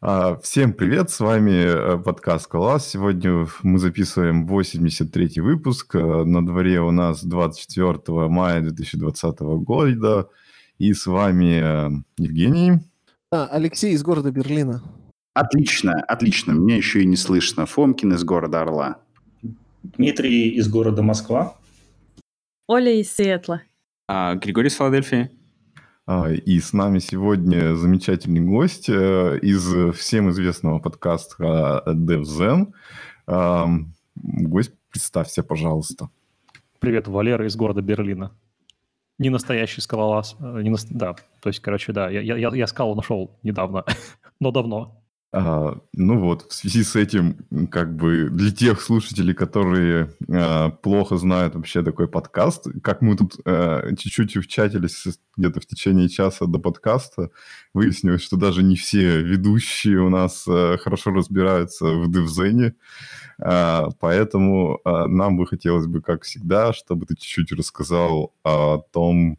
Всем привет, с вами подкаст «Класс». Сегодня мы записываем 83-й выпуск. На дворе у нас 24 мая 2020 года. И с вами Евгений. Алексей из города Берлина. Отлично, отлично. Меня еще и не слышно. Фомкин из города Орла. Дмитрий из города Москва. Оля из Сиэтла. Григорий из Филадельфии. И с нами сегодня замечательный гость из всем известного подкаста DevZen. Гость, представься, пожалуйста. Привет, Валера из города Берлина. Не настоящий скалолаз. Да, то есть, короче, да, я скалу нашел недавно, но давно. Ну вот, в связи с этим, как бы для тех слушателей, которые плохо знают вообще такой подкаст, как мы тут чуть-чуть вчатились где-то в течение часа до подкаста, выяснилось, что даже не все ведущие у нас хорошо разбираются в DevZen, поэтому нам бы хотелось бы, как всегда, чтобы ты чуть-чуть рассказал о том,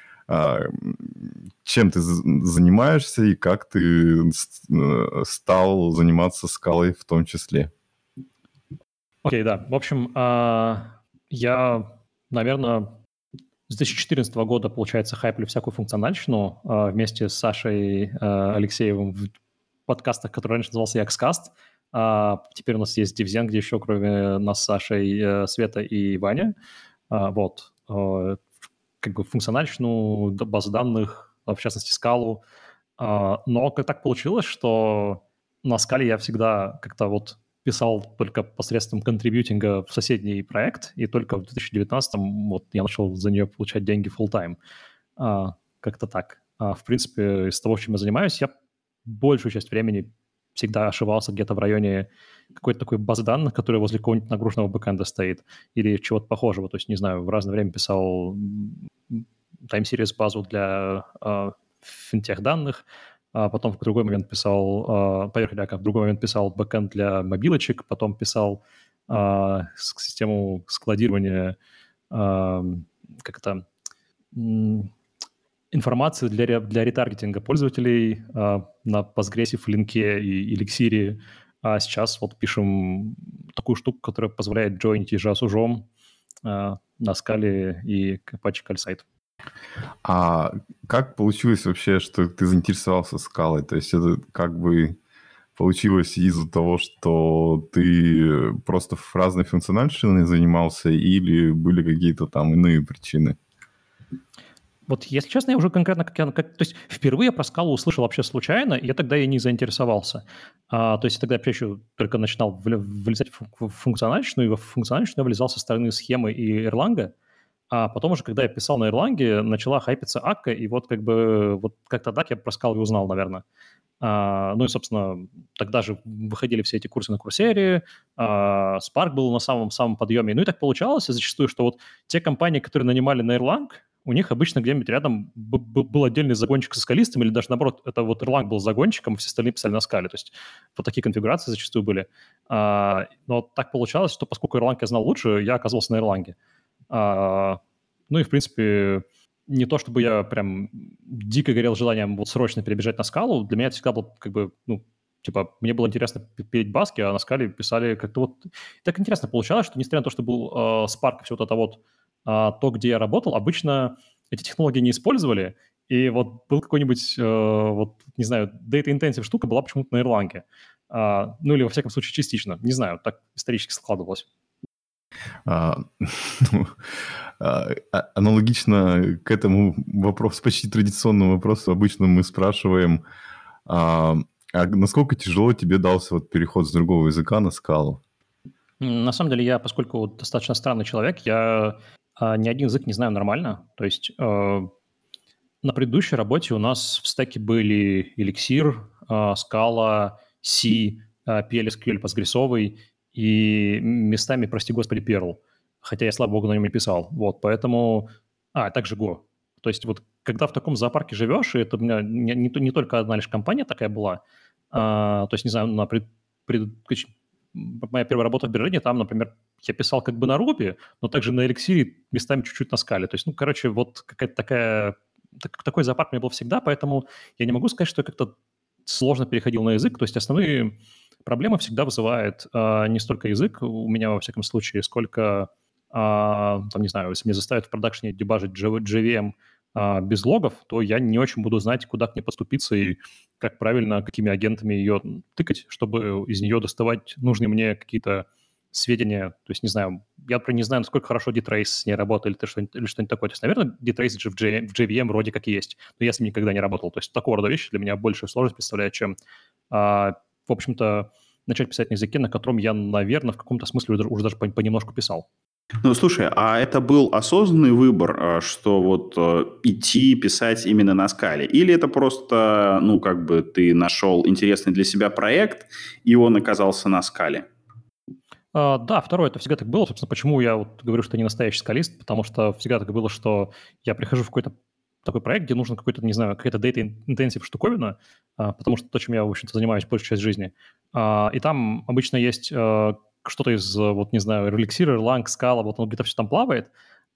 чем ты занимаешься и как ты стал заниматься скалой в том числе. Окей, да. В общем, я, наверное, с 2014 года, получается, хайплю всякую функциональщину вместе с Сашей Алексеевым в подкастах, который раньше назывался Yaxcast. Теперь у нас есть DevZen, где еще кроме нас с Сашей Света и Ваня. Вот. Как бы функциональщину, базы данных, в частности, скалу. Но как так получилось, что на скале я всегда как-то вот писал только посредством контрибьютинга в соседний проект, и только в 2019-м вот я начал за нее получать деньги full-time. Как-то так. В принципе, из того, чем я занимаюсь, я большую часть времени всегда ошивался где-то в районе какой-то такой базы данных, которая возле какого-нибудь нагруженного бэкэнда стоит, или чего-то похожего. То есть, не знаю, в разное время писал time-series базу для финтех-данных, потом в другой момент писал, поверх в другой момент писал бэкэнд для мобилочек, потом писал систему складирования информации для ретаргетинга пользователей на Postgres, Flink и Elixir. А сейчас вот пишем такую штуку, которая позволяет joinить ежа с ужом на скале и Apache CalSite. А как получилось вообще, что ты заинтересовался скалой? То есть это как бы получилось из-за того, что ты просто в разной функциональщиной занимался, или были какие-то там иные причины? Вот, если честно, я уже конкретно, то есть впервые про скалу услышал вообще случайно, и я тогда и не заинтересовался. То есть я тогда вообще еще только начинал вылезать в функциональщину, и в функциональщину я вылезал со стороны схемы и Erlang. А потом уже, когда я писал на Erlang, начала хайпиться Akka, и вот как бы вот как-то так я про скалу и узнал, наверное. Ну и, собственно, тогда же выходили все эти курсы на Курсере, Spark был на самом подъеме. Ну и так получалось зачастую, что вот те компании, которые нанимали на Erlang, у них обычно где-нибудь рядом был отдельный загончик со скалистом, или даже наоборот, это вот Erlang был загончиком, а все остальные писали на скале. То есть вот такие конфигурации зачастую были. Но так получалось, что поскольку Erlang я знал лучше, я оказался на Erlang. Ну и, в принципе, не то чтобы я прям дико горел желанием вот срочно перебежать на скалу. Для меня это всегда было как бы, ну, типа, мне было интересно петь баски, а на скале писали как-то вот... Так интересно получалось, что несмотря на то, что был Spark и все вот это вот, то, где я работал, обычно эти технологии не использовали, и вот был какой-нибудь, вот, не знаю, data-intensive штука была почему-то на Erlang. Ну или, во всяком случае, частично. Не знаю, так исторически складывалось. Аналогично к этому вопросу, почти традиционному вопросу, обычно мы спрашиваем, насколько тяжело тебе дался вот переход с другого языка на скалу? На самом деле я, поскольку достаточно странный человек, я ни один язык не знаю нормально. То есть на предыдущей работе у нас в стеке были Elixir, Scala, C, PLSQL Postgresовый и местами, прости господи, Perl. Хотя я, слава богу, на нем не писал. Вот, поэтому... также Go. То есть вот когда в таком зоопарке живешь, и это у меня не только одна лишь компания такая была, то есть, не знаю, моя первая работа в Берлине, там, например, я писал как бы на Ruby, но также на Elixir, местами чуть-чуть на скале. То есть, ну, короче, вот какая-то такой зоопарк у меня был всегда, поэтому я не могу сказать, что я как-то сложно переходил на язык. То есть основные проблемы всегда вызывает не столько язык у меня, во всяком случае, сколько, там, не знаю, если мне заставят в продакшене дебажить JVM без логов, то я не очень буду знать, куда к ней подступиться и как правильно, какими агентами ее тыкать, чтобы из нее доставать нужные мне какие-то сведения. То есть, не знаю, я, например, не знаю, насколько хорошо dtrace с ней работает или что-нибудь такое. То есть, наверное, dtrace же в JVM вроде как есть, но я с ним никогда не работал. То есть такого рода вещи для меня большую сложность представляют, чем, в общем-то, начать писать на языке, на котором я, наверное, в каком-то смысле уже даже понемножку писал. Ну, слушай, а это был осознанный выбор, что вот идти писать именно на скале? Или это просто, ну, как бы ты нашел интересный для себя проект, и он оказался на скале? Да, второе, это всегда так было. Собственно, почему я вот говорю, что не настоящий скалист, потому что всегда так было, что я прихожу в какой-то такой проект, где нужно какой-то, не знаю, какая-то data-intensive штуковина, потому что то, чем я, в общем-то, занимаюсь большую часть жизни. И там обычно есть что-то из, вот, не знаю, Elixir, Erlang, Scala, вот оно где-то все там плавает.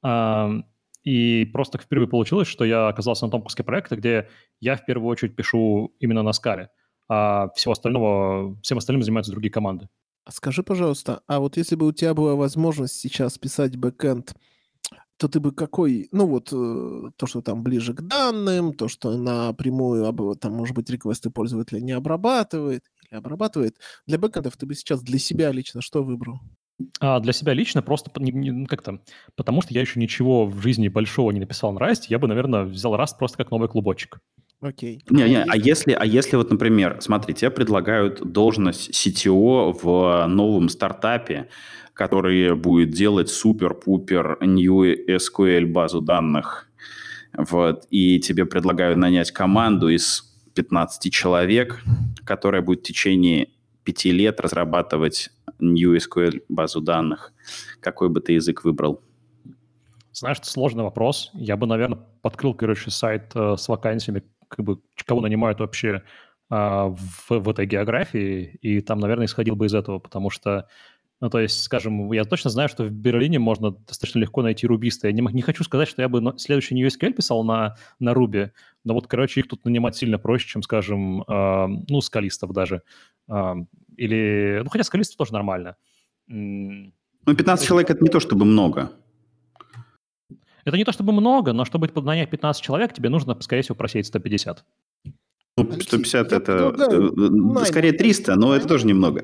И просто впервые получилось, что я оказался на том куске проекта, где я в первую очередь пишу именно на скале, а всем остальным занимаются другие команды. Скажи, пожалуйста, а вот если бы у тебя была возможность сейчас писать бэкэнд, то ты бы какой, ну вот, то, что там ближе к данным, то, что напрямую, там, может быть, реквесты пользователя не обрабатывает или обрабатывает, для бэкэндов ты бы сейчас для себя лично что выбрал? Для себя лично просто как-то, потому что я еще ничего в жизни большого не написал на Rust, я бы, наверное, взял Rust просто как новый клубочек. Окей. Не, а если вот, например, смотри, тебе предлагают должность CTO в новом стартапе, который будет делать супер-пупер new SQL базу данных, вот, и тебе предлагают нанять команду из 15 человек, которая будет в течение 5 лет разрабатывать new SQL базу данных, какой бы ты язык выбрал? Знаешь, это сложный вопрос. Я бы, наверное, подкрыл, сайт с вакансиями, как бы, кого нанимают вообще в этой географии, и там, наверное, исходил бы из этого, потому что, ну, то есть, скажем, я точно знаю, что в Берлине можно достаточно легко найти рубиста. Я не хочу сказать, что я бы следующий new SQL писал на Ruby, но вот, короче, их тут нанимать сильно проще, чем, скажем, скалистов даже. Или, ну, хотя скалистов тоже нормально. Ну, 15 человек – это не то чтобы много. Это не то чтобы много, но чтобы нанять 15 человек, тебе нужно, скорее всего, просеять 150. Ну, Алексей, 150 – я это предлагаю скорее 300, но это тоже немного.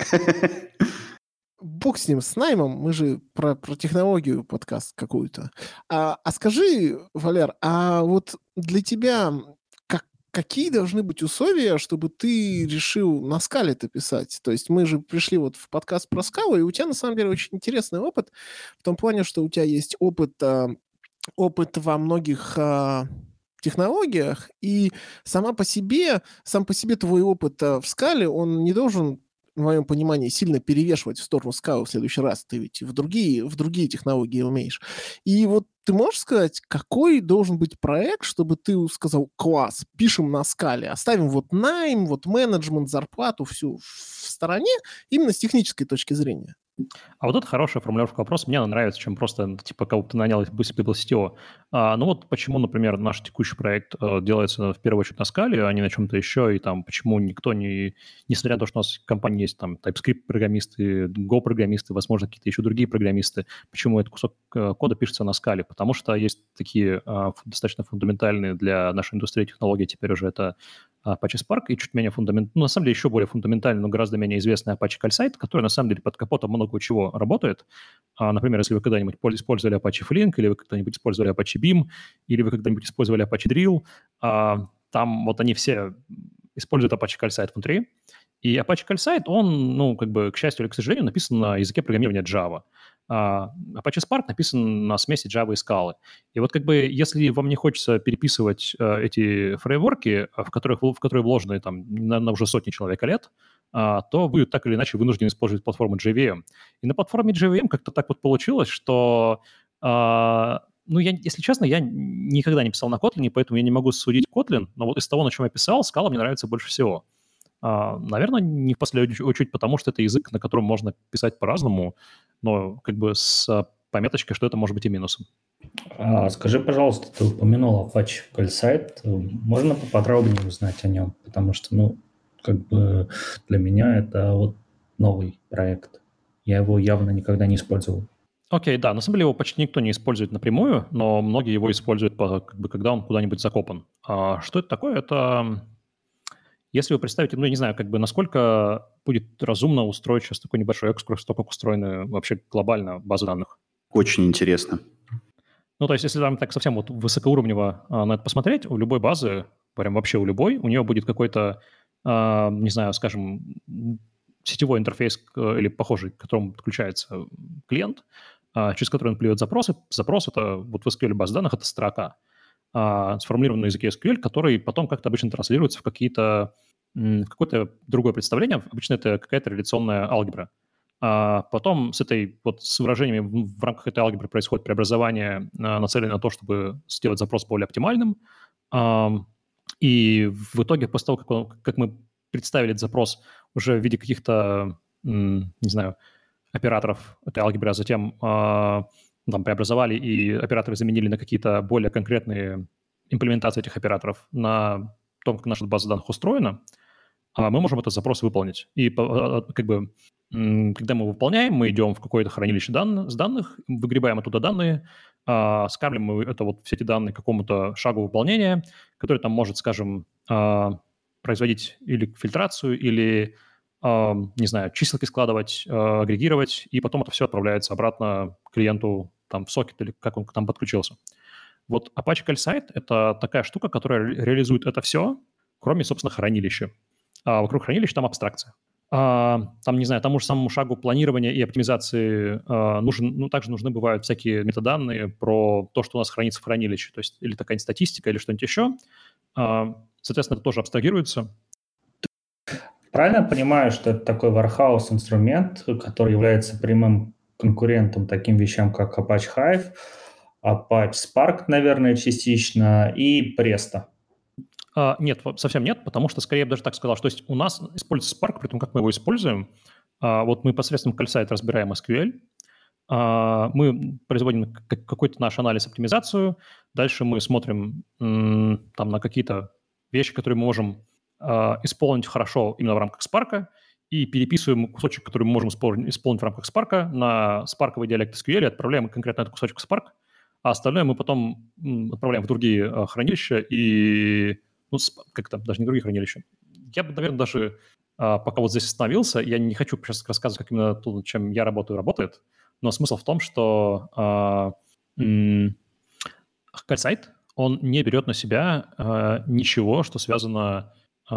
Бог с ним, с наймом, мы же про технологию подкаст какую-то. А скажи, Валер, а вот для тебя какие должны быть условия, чтобы ты решил на скале это писать? То есть мы же пришли вот в подкаст про скалу, и у тебя на самом деле очень интересный опыт в том плане, что у тебя есть опыт во многих технологиях, и сам по себе твой опыт в скале, он не должен, в моем понимании, сильно перевешивать в сторону скалы в следующий раз. Ты ведь в другие технологии умеешь. И вот ты можешь сказать, какой должен быть проект, чтобы ты сказал: класс, пишем на скале, оставим вот найм, вот менеджмент, зарплату всю в стороне, именно с технической точки зрения? А вот это хорошая формулировка вопроса. Мне она нравится, чем просто, типа, кого бы ты нанял, если ты был CTO. Ну вот почему, например, наш текущий проект делается в первую очередь на скале, а не на чем-то еще, и там почему никто несмотря на то, что у нас в компании есть там TypeScript-программисты, Go-программисты, возможно, какие-то еще другие программисты, почему этот кусок кода пишется на скале? Потому что есть такие достаточно фундаментальные для нашей индустрии технологии, теперь уже это Apache Spark, и чуть менее на самом деле еще более фундаментальный, но гораздо менее известный Apache CalCite, который на самом деле под капотом много чего работает. Например, если вы когда-нибудь использовали Apache Flink, или вы когда-нибудь использовали Apache Beam, или вы когда-нибудь использовали Apache Drill, там вот они все используют Apache CalCite внутри. И Apache CalCite, он, ну, как бы, к счастью или к сожалению, написан на языке программирования Java. Apache Spark написан на смеси Java и Scala. И вот как бы если вам не хочется переписывать эти фреймворки, в которые вложены там на уже сотни человека лет, то вы так или иначе вынуждены использовать платформу JVM. И на платформе JVM как-то так вот получилось, что, ну, если честно, я никогда не писал на Kotlin, поэтому я не могу судить Kotlin, но вот из того, на чем я писал, Scala мне нравится больше всего. Наверное, не в последнюю очередь, потому что это язык, на котором можно писать по-разному, но как бы с пометочкой, что это может быть и минусом. Скажи, пожалуйста, ты упомянул Apache CalCite. Можно поподробнее узнать о нем? Потому что, ну, как бы для меня это вот новый проект. Я его явно никогда не использовал. Окей, да, на самом деле его почти никто не использует напрямую, но многие его используют, когда он куда-нибудь закопан. Что это такое? Это, если вы представите, ну, я не знаю, насколько будет разумно устроить сейчас такой небольшой экскурс, то, как устроены вообще глобально базы данных. Очень интересно. Ну, то есть, если там так совсем вот высокоуровнево на это посмотреть, у любой базы, прям вообще у любой, у нее будет какой-то, не знаю, скажем, сетевой интерфейс или похожий, к которому подключается клиент, через который он плюет запросы. Запрос — это вот в SQL базе данных — это строка, сформулированная на языке SQL, который потом как-то обычно транслируется в какое-то другое представление. Обычно это какая-то реляционная алгебра. Потом с выражениями в рамках этой алгебры происходит преобразование, нацеленное на то, чтобы сделать запрос более оптимальным. И в итоге, после того, как мы представили этот запрос уже в виде каких-то, не знаю, операторов этой алгебры, а затем там преобразовали, и операторы заменили на какие-то более конкретные имплементации этих операторов на том, как наша база данных устроена, мы можем этот запрос выполнить. И когда мы выполняем, мы идем в какое-то хранилище данных, выгребаем оттуда данные, скармливаем мы все эти данные какому-то шагу выполнения, который там может, скажем, производить или фильтрацию, или, не знаю, чиселки складывать, агрегировать, и потом это все отправляется обратно клиенту там в сокет или как он там подключился. Вот Apache CalSite — это такая штука, которая реализует это все, кроме, собственно, хранилища. А вокруг хранилища там абстракция. Там, не знаю, тому же самому шагу планирования и оптимизации также нужны бывают всякие метаданные про то, что у нас хранится в хранилище, то есть или такая статистика, или что-нибудь еще. Соответственно, это тоже абстрагируется. Правильно я понимаю, что это такой Warehouse инструмент, который является прямым конкурентом таким вещам, как Apache Hive, Apache Spark, наверное, частично, и Presto? Нет, совсем нет, потому что, скорее, я бы даже так сказал, что есть у нас используется Spark, при том, как мы его используем. Вот мы посредством CalSite разбираем SQL, мы производим какой-то наш анализ, оптимизацию, дальше мы смотрим там на какие-то вещи, которые мы можем исполнить хорошо именно в рамках Spark, и переписываем кусочек, который мы можем исполнить в рамках Spark на Spark-овый диалект SQL и отправляем конкретно этот кусочек в Spark, а остальное мы потом отправляем в другие хранилища и... даже не другие хранилища. Я бы, наверное, даже пока вот здесь остановился, я не хочу сейчас рассказывать, как именно то, чем я работаю, работает, но смысл в том, что CalSite, он не берет на себя ничего, что связано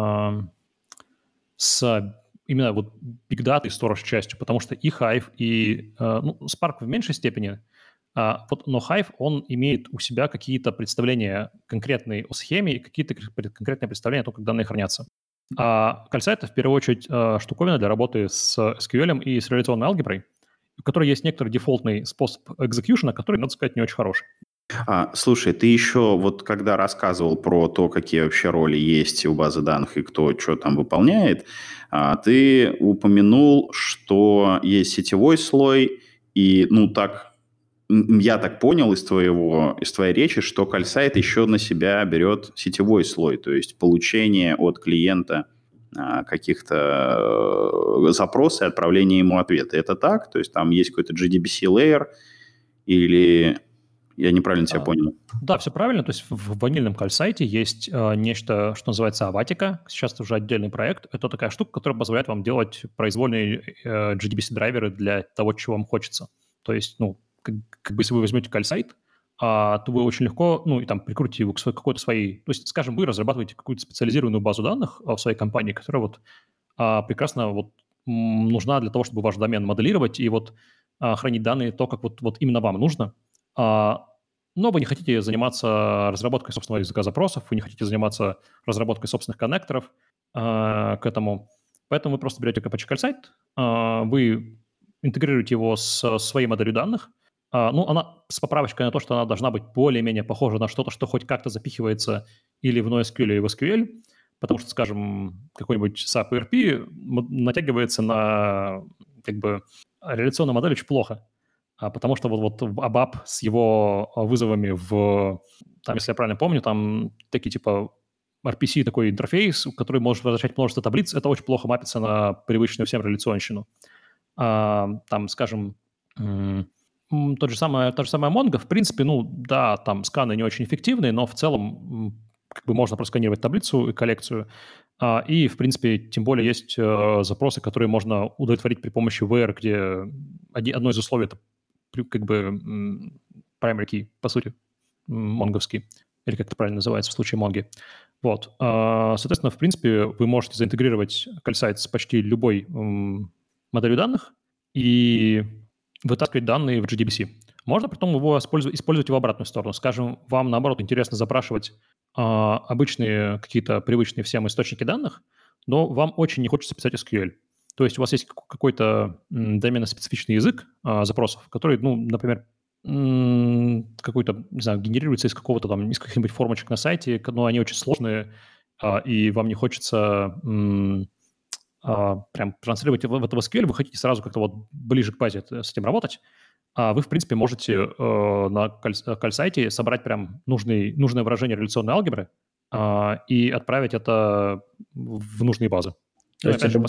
с именно вот Big Data и Storage частью, потому что и Hive, и Spark в меньшей степени, но Hive, он имеет у себя какие-то представления конкретные о схеме и какие-то конкретные представления о том, как данные хранятся. А CalSite — это в первую очередь штуковина для работы с SQL и с реляционной алгеброй, у которой есть некоторый дефолтный способ экзекьюшена, который, надо сказать, не очень хороший. Слушай, ты еще вот когда рассказывал про то, какие вообще роли есть у базы данных и кто что там выполняет, ты упомянул, что есть сетевой слой, и, я так понял из твоей речи, что CalSite еще на себя берет сетевой слой, то есть получение от клиента каких-то запросов и отправление ему ответа. Это так? То есть там есть какой-то JDBC layer или... Я неправильно тебя понял. Да, все правильно. То есть в ванильном CalSite есть нечто, что называется Avatica. Сейчас это уже отдельный проект. Это такая штука, которая позволяет вам делать произвольные JDBC-драйверы для того, чего вам хочется. То есть, если вы возьмете CalSite, то вы очень легко, и там прикрутите его к какой-то своей... То есть, скажем, вы разрабатываете какую-то специализированную базу данных в своей компании, которая прекрасно нужна для того, чтобы ваш домен моделировать и хранить данные то, как именно вам нужно. Но вы не хотите заниматься разработкой собственного языка запросов, вы не хотите заниматься разработкой собственных коннекторов к этому. Поэтому вы просто берете Apache CalSite, вы интегрируете его с своей моделью данных. Она с поправочкой на то, что она должна быть более-менее похожа на что-то, что хоть как-то запихивается или в NoSQL, или в SQL, потому что, скажем, какой-нибудь SAP ERP натягивается на реляционную модель очень плохо. Потому что ABAP с его вызовами там, если я правильно помню, там такие RPC такой интерфейс, который может возвращать множество таблиц, это очень плохо мапится на привычную всем реляционщину. Там, скажем, та же самая Mongo, в принципе, ну, да, там сканы не очень эффективные, но в целом как бы можно просканировать таблицу и коллекцию. И, в принципе, тем более есть запросы, которые можно удовлетворить при помощи where, где одно из условий – это как бы primary key, по сути, монговский, или как это правильно называется в случае Mongo. Вот. Соответственно, в принципе, вы можете заинтегрировать CalSite с почти любой моделью данных и вытаскивать данные в JDBC. Можно потом его использовать в обратную сторону. Скажем, вам, наоборот, интересно запрашивать обычные какие-то привычные всем источники данных, но вам очень не хочется писать SQL. То есть у вас есть какой-то доменно-специфичный язык запросов, который, ну, например, какой-то, не знаю, генерируется из какого-то там, из каких-нибудь формочек на сайте, но они очень сложные, и вам не хочется прям транслировать в это в SQL, вы хотите сразу как-то вот ближе к базе с этим работать, вы, в принципе, можете на CalSite собрать прям нужное выражение реляционной алгебры и отправить это в нужные базы. То есть это...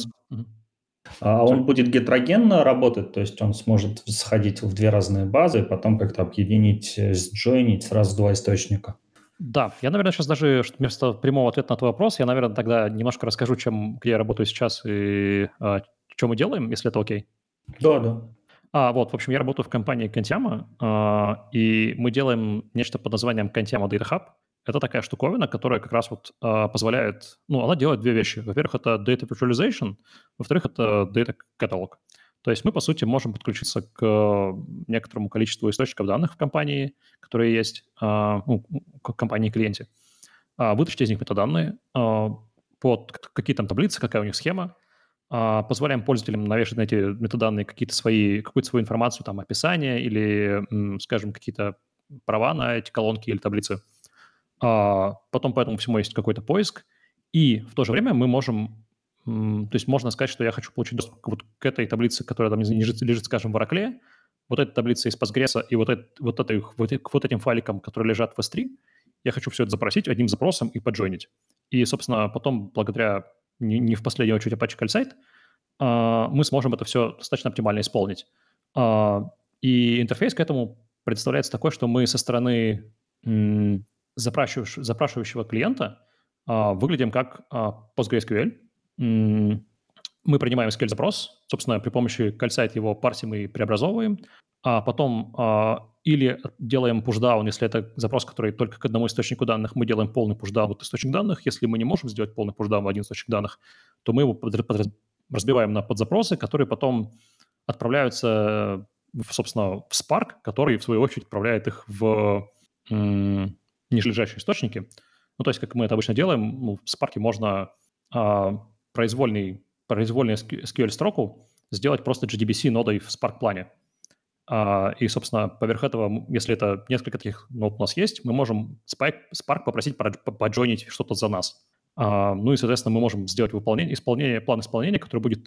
он будет гетерогенно работать, то есть он сможет сходить в две разные базы и потом как-то объединить, сджойнить сразу два источника. Да, я, наверное, сейчас даже вместо прямого ответа на твой вопрос, я, наверное, тогда немножко расскажу, где я работаю сейчас и что мы делаем, если это окей. Да. Вот, в общем, я работаю в компании Contiama, и мы делаем нечто под названием Contiama Data Hub. Это такая штуковина, которая как раз вот позволяет... Ну, она делает две вещи. Во-первых, это Data Virtualization, во-вторых, это Data Catalog. То есть мы, по сути, можем подключиться к некоторому количеству источников данных в компании, которые есть, к компании-клиенте, вытащить из них метаданные, под какие там таблицы, какая у них схема, позволяем пользователям навешать на эти метаданные какую-то свою информацию, там, описание или, скажем, какие-то права на эти колонки или таблицы. Потом по этому всему есть какой-то поиск, и в то же время мы можем... То есть можно сказать, что я хочу получить доступ к этой таблице, которая там лежит, скажем, в Oracle, вот эта таблица из Postgres и вот этим файликам, которые лежат в S3, я хочу все это запросить одним запросом и поджойнить. И, собственно, потом, благодаря не в последнюю очередь Apache CalSite, мы сможем это все достаточно оптимально исполнить. И интерфейс к этому представляется такой, что мы со стороны запрашивающего клиента выглядим как PostgreSQL. Мы принимаем SQL-запрос, собственно, при помощи CalSite его парсим и преобразовываем, а потом или делаем pushdown, если это запрос, который только к одному источнику данных, мы делаем полный pushdown в источник данных. Если мы не можем сделать полный pushdown в один источник данных, то мы его разбиваем на подзапросы, которые потом отправляются, собственно, в Spark, который, в свою очередь, отправляет их в нижележащие источники. Ну, то есть, как мы это обычно делаем, в Spark можно произвольную SQL-строку сделать просто JDBC-нодой в Spark-плане. И, собственно, поверх этого, если это несколько таких нод у нас есть, мы можем Spark попросить поджойнить что-то за нас. Ну и, соответственно, мы можем сделать план исполнения, который будет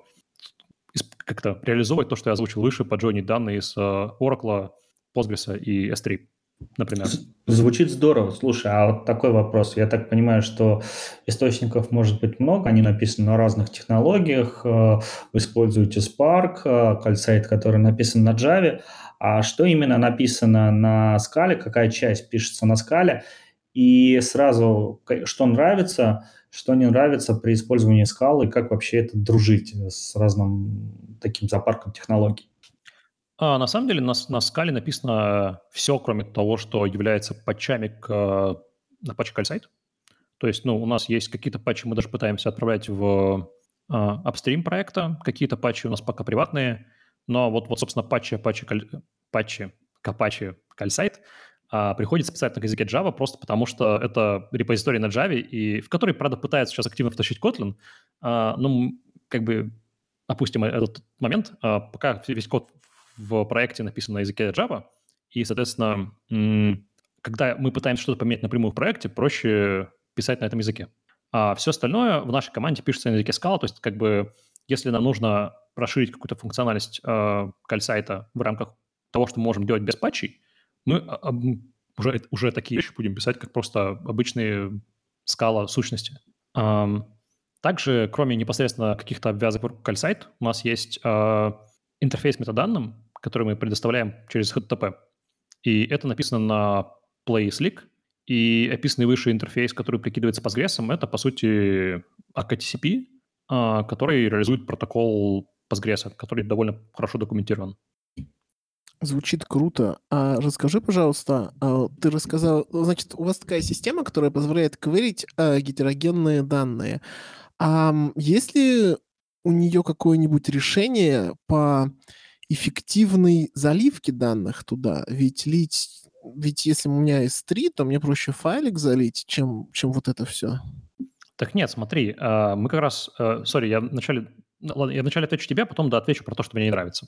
как-то реализовывать то, что я озвучил выше, поджойнить данные из Oracle, Postgres и S3. Например. Звучит здорово. Слушай, а вот такой вопрос. Я так понимаю, что источников может быть много, они написаны на разных технологиях, вы используете Spark, CalSite, который написан на Java. А что именно написано на Scala, какая часть пишется на Scala? И сразу, что нравится, что не нравится при использовании Scala, и как вообще это дружить с разным таким зоопарком технологий? На самом деле на Scala написано все, кроме того, что является патчами к Apache CalSite. То есть, у нас есть какие-то патчи, мы даже пытаемся отправлять в апстрим проекта, какие-то патчи у нас пока приватные, но вот собственно, патчи к Apache CalSite приходят специально на языке Java, просто потому что это репозиторий на Java, и в который, правда, пытается сейчас активно втащить Kotlin. Опустим этот момент, пока весь код в проекте написан на языке Java, и, соответственно, когда мы пытаемся что-то поменять напрямую в проекте, проще писать на этом языке. А все остальное в нашей команде пишется на языке Scala, то есть если нам нужно расширить какую-то функциональность CalSite в рамках того, что мы можем делать без патчей, мы уже такие вещи будем писать как просто обычные скала сущности. Также, кроме непосредственно каких-то обвязок вокруг call-site, у нас есть интерфейс метаданным, который мы предоставляем через HTTP. И это написано на PlaySlick, и описанный выше интерфейс, который прикидывается Postgres, это, по сути, HTTP, который реализует протокол Postgres, который довольно хорошо документирован. Звучит круто. А расскажи, пожалуйста, ты рассказал, значит, у вас такая система, которая позволяет кверить гетерогенные данные. Есть ли у нее какое-нибудь решение по эффективной заливке данных туда? Ведь если у меня S3, то мне проще файлик залить, чем вот это все. Так нет, смотри, мы как раз... Сори, я вначале отвечу тебе, а потом отвечу про то, что мне не нравится.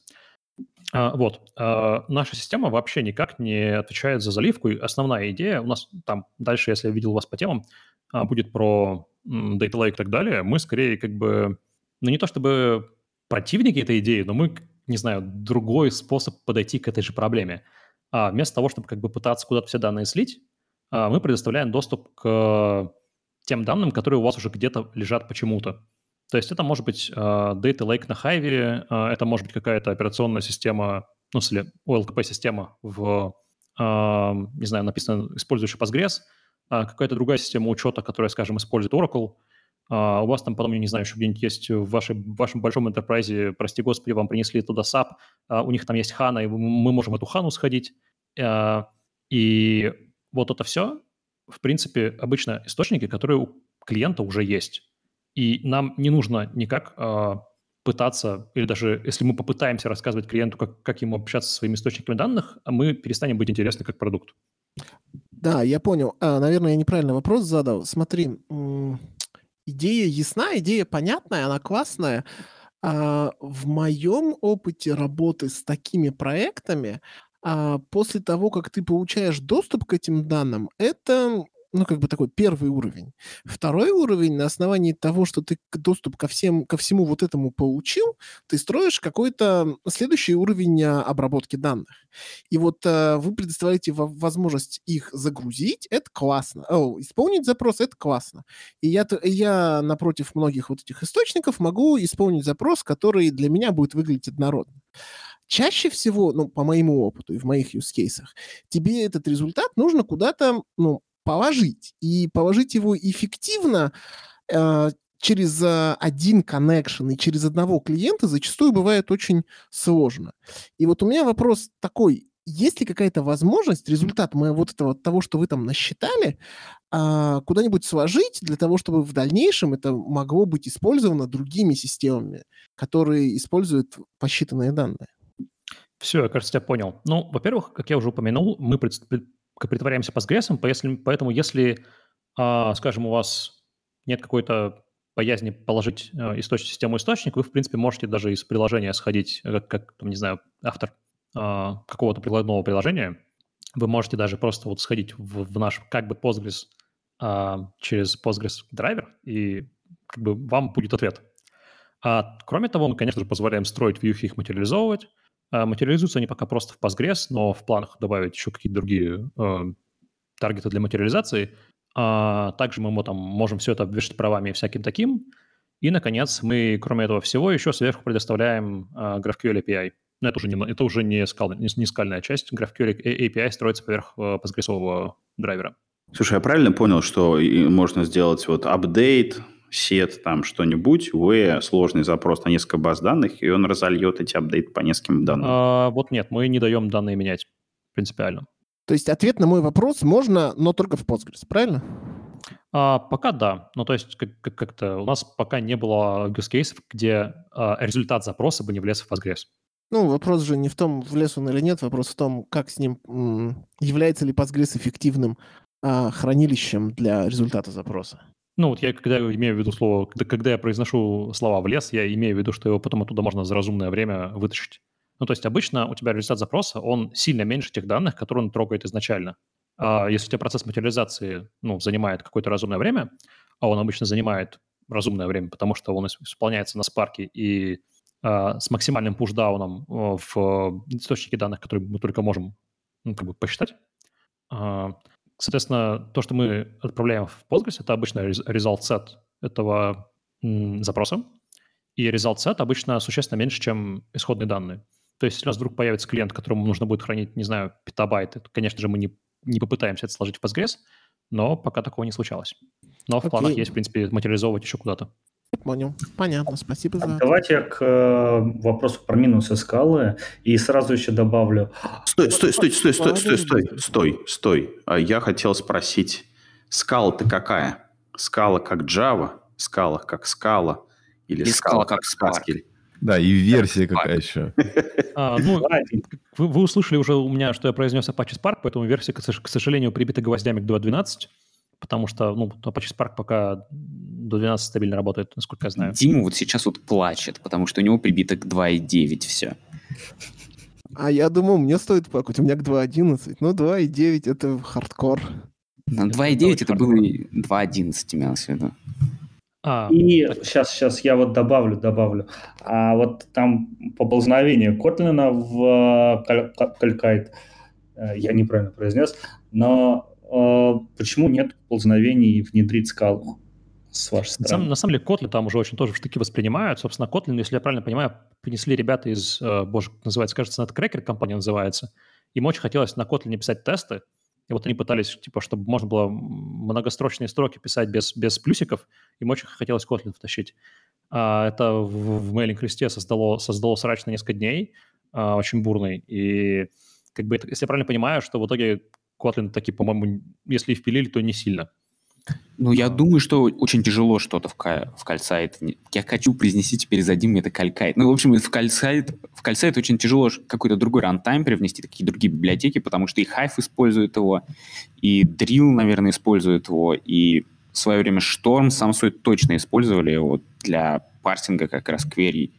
Наша система вообще никак не отвечает за заливку. И основная идея у нас там дальше, если я видел вас по темам, будет про Data Lake и так далее. Мы скорее не то чтобы противники этой идеи, но мы, не знаю, другой способ подойти к этой же проблеме. Вместо того, чтобы пытаться куда-то все данные слить, мы предоставляем доступ к тем данным, которые у вас уже где-то лежат почему-то. То есть это может быть Data Lake на Hive, это может быть какая-то операционная система, OLTP-система не знаю, написано, использующая Postgres, какая-то другая система учета, которая, скажем, использует Oracle. У вас там потом, я не знаю, еще где-нибудь есть в вашем большом enterprise, прости господи, вам принесли туда SAP, у них там есть HANA, и мы можем эту HANA сходить. И вот это все, в принципе, обычно источники, которые у клиента уже есть. И нам не нужно никак пытаться, или даже если мы попытаемся рассказывать клиенту, как ему общаться со своими источниками данных, мы перестанем быть интересны как продукт. Да, я понял. Наверное, я неправильно вопрос задал. Смотри, идея ясна, идея понятная, она классная. В моем опыте работы с такими проектами, после того, как ты получаешь доступ к этим данным, это такой первый уровень. Второй уровень, на основании того, что ты доступ ко всему вот этому получил, ты строишь какой-то следующий уровень обработки данных. И вот вы предоставляете возможность их загрузить, это классно. Исполнить запрос, это классно. И я напротив многих вот этих источников могу исполнить запрос, который для меня будет выглядеть однородно. Чаще всего, по моему опыту и в моих use-кейсах, тебе этот результат нужно куда-то, положить. И положить его эффективно через один коннекшн и через одного клиента зачастую бывает очень сложно. И вот у меня вопрос такой. Есть ли какая-то возможность результат того, что вы там насчитали, куда-нибудь сложить для того, чтобы в дальнейшем это могло быть использовано другими системами, которые используют посчитанные данные? Все, я, кажется, тебя понял. Во-первых, как я уже упомянул, мы притворяемся Postgres, поэтому если, скажем, у вас нет какой-то боязни положить систему источник, вы, в принципе, можете даже из приложения сходить, не знаю, автор какого-то прикладного приложения, вы можете даже просто сходить в наш Postgres через Postgres драйвер, и вам будет ответ. Кроме того, мы, конечно же, позволяем строить вьюхи, их материализовывать. Материализуются они пока просто в Postgres, но в планах добавить еще какие-то другие таргеты для материализации. Также мы можем все это обвешать правами и всяким таким. И, наконец, мы, кроме этого всего, еще сверху предоставляем GraphQL API. Но это уже не скальная часть. GraphQL API строится поверх Postgres драйвера. Слушай, я правильно понял, что можно сделать апдейт, сет, там что-нибудь, сложный запрос на несколько баз данных, и он разольет эти апдейты по нескольким данным? Нет, мы не даем данные менять принципиально. То есть ответ на мой вопрос можно, но только в Postgres, правильно? Пока да. То есть как-то у нас пока не было use cases, где результат запроса бы не влез в Postgres. Вопрос же не в том, влез он или нет, вопрос в том, как с ним, является ли Postgres эффективным хранилищем для результата запроса. Когда я имею в виду слово, когда я произношу слова «влез», я имею в виду, что его потом оттуда можно за разумное время вытащить. То есть обычно у тебя результат запроса, он сильно меньше тех данных, которые он трогает изначально. Если у тебя процесс материализации занимает какое-то разумное время, а он обычно занимает разумное время, потому что он исполняется на Spark и с максимальным пушдауном в источнике данных, которые мы только можем посчитать, Соответственно, то, что мы отправляем в Postgres, это обычно result set этого запроса, и result set обычно существенно меньше, чем исходные данные. То есть, если у нас вдруг появится клиент, которому нужно будет хранить, не знаю, петабайты, то, конечно же, мы не попытаемся это сложить в Postgres, но пока такого не случалось. Но в планах есть, в принципе, материализовывать еще куда-то. Понял. Понятно. Спасибо за ответ. Давайте я к вопросу про минусы скалы и сразу еще добавлю. Стой. Я хотел спросить, скала-то какая? Скала как Java, скала как скала или скала как Haskell? Да, и версия какая еще. Вы услышали уже у меня, что я произнес Apache Spark, поэтому версия, к сожалению, прибита гвоздями к 2.12, потому что Apache Spark пока до 12 стабильно работает, насколько я знаю. Дима вот сейчас вот плачет, потому что у него прибито к 2.9 все. А я думал, мне стоит плакать. У меня к 2.11. Ну, 2.9 это хардкор. На 2.9 это было 2.11, имелось в виду. И сейчас я вот добавлю. А вот там поползновение Котлина в Калькайт, я неправильно произнес, но почему нет поползновений внедрить скалу с вашей стороны? На самом деле Kotlin там уже очень тоже в штыки воспринимают. Собственно, Kotlin, если я правильно понимаю, принесли ребята из, называется, кажется, NetCracker компания называется. Им очень хотелось на Kotlin писать тесты, и вот они пытались, чтобы можно было многострочные строки писать без плюсиков, им очень хотелось Kotlin втащить. Это в мейлинг-листе создало срач на несколько дней, очень бурный, и если я правильно понимаю, что в итоге Kotlin таки, по-моему, если и впилили, то не сильно. Ну, я думаю, что очень тяжело что-то в кальсайт. Я хочу произнести теперь за Димой это калькайт. Ну, в общем, в кальсайт очень тяжело какой-то другой рантайм привнести, такие другие библиотеки, потому что и Hive использует его, и Drill, наверное, использует его, и в свое время Storm, Samsung точно использовали его для парсинга как раз query.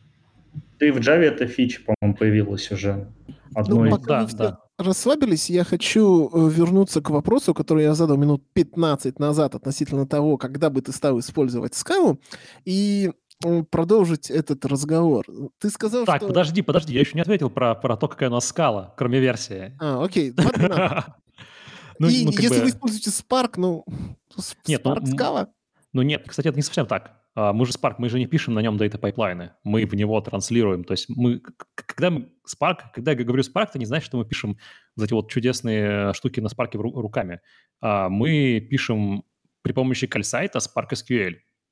Да и в Java эта фича, по-моему, появилась уже. Пока вы все расслабились, я хочу вернуться к вопросу, который я задал минут 15 назад относительно того, когда бы ты стал использовать скалу, и продолжить этот разговор. Ты сказал, так, что... подожди, я еще не ответил про то, какая у нас скала, кроме версии. Окей, 2.12. И если вы используете Spark, Spark скала? Ну нет, кстати, это не совсем так. Мы же Spark, мы же не пишем на нем дата-пайплайны, мы в него транслируем. То есть когда я говорю Spark, это не значит, что мы пишем вот эти вот чудесные штуки на Spark руками. Мы пишем при помощи кальсайта Spark SQL.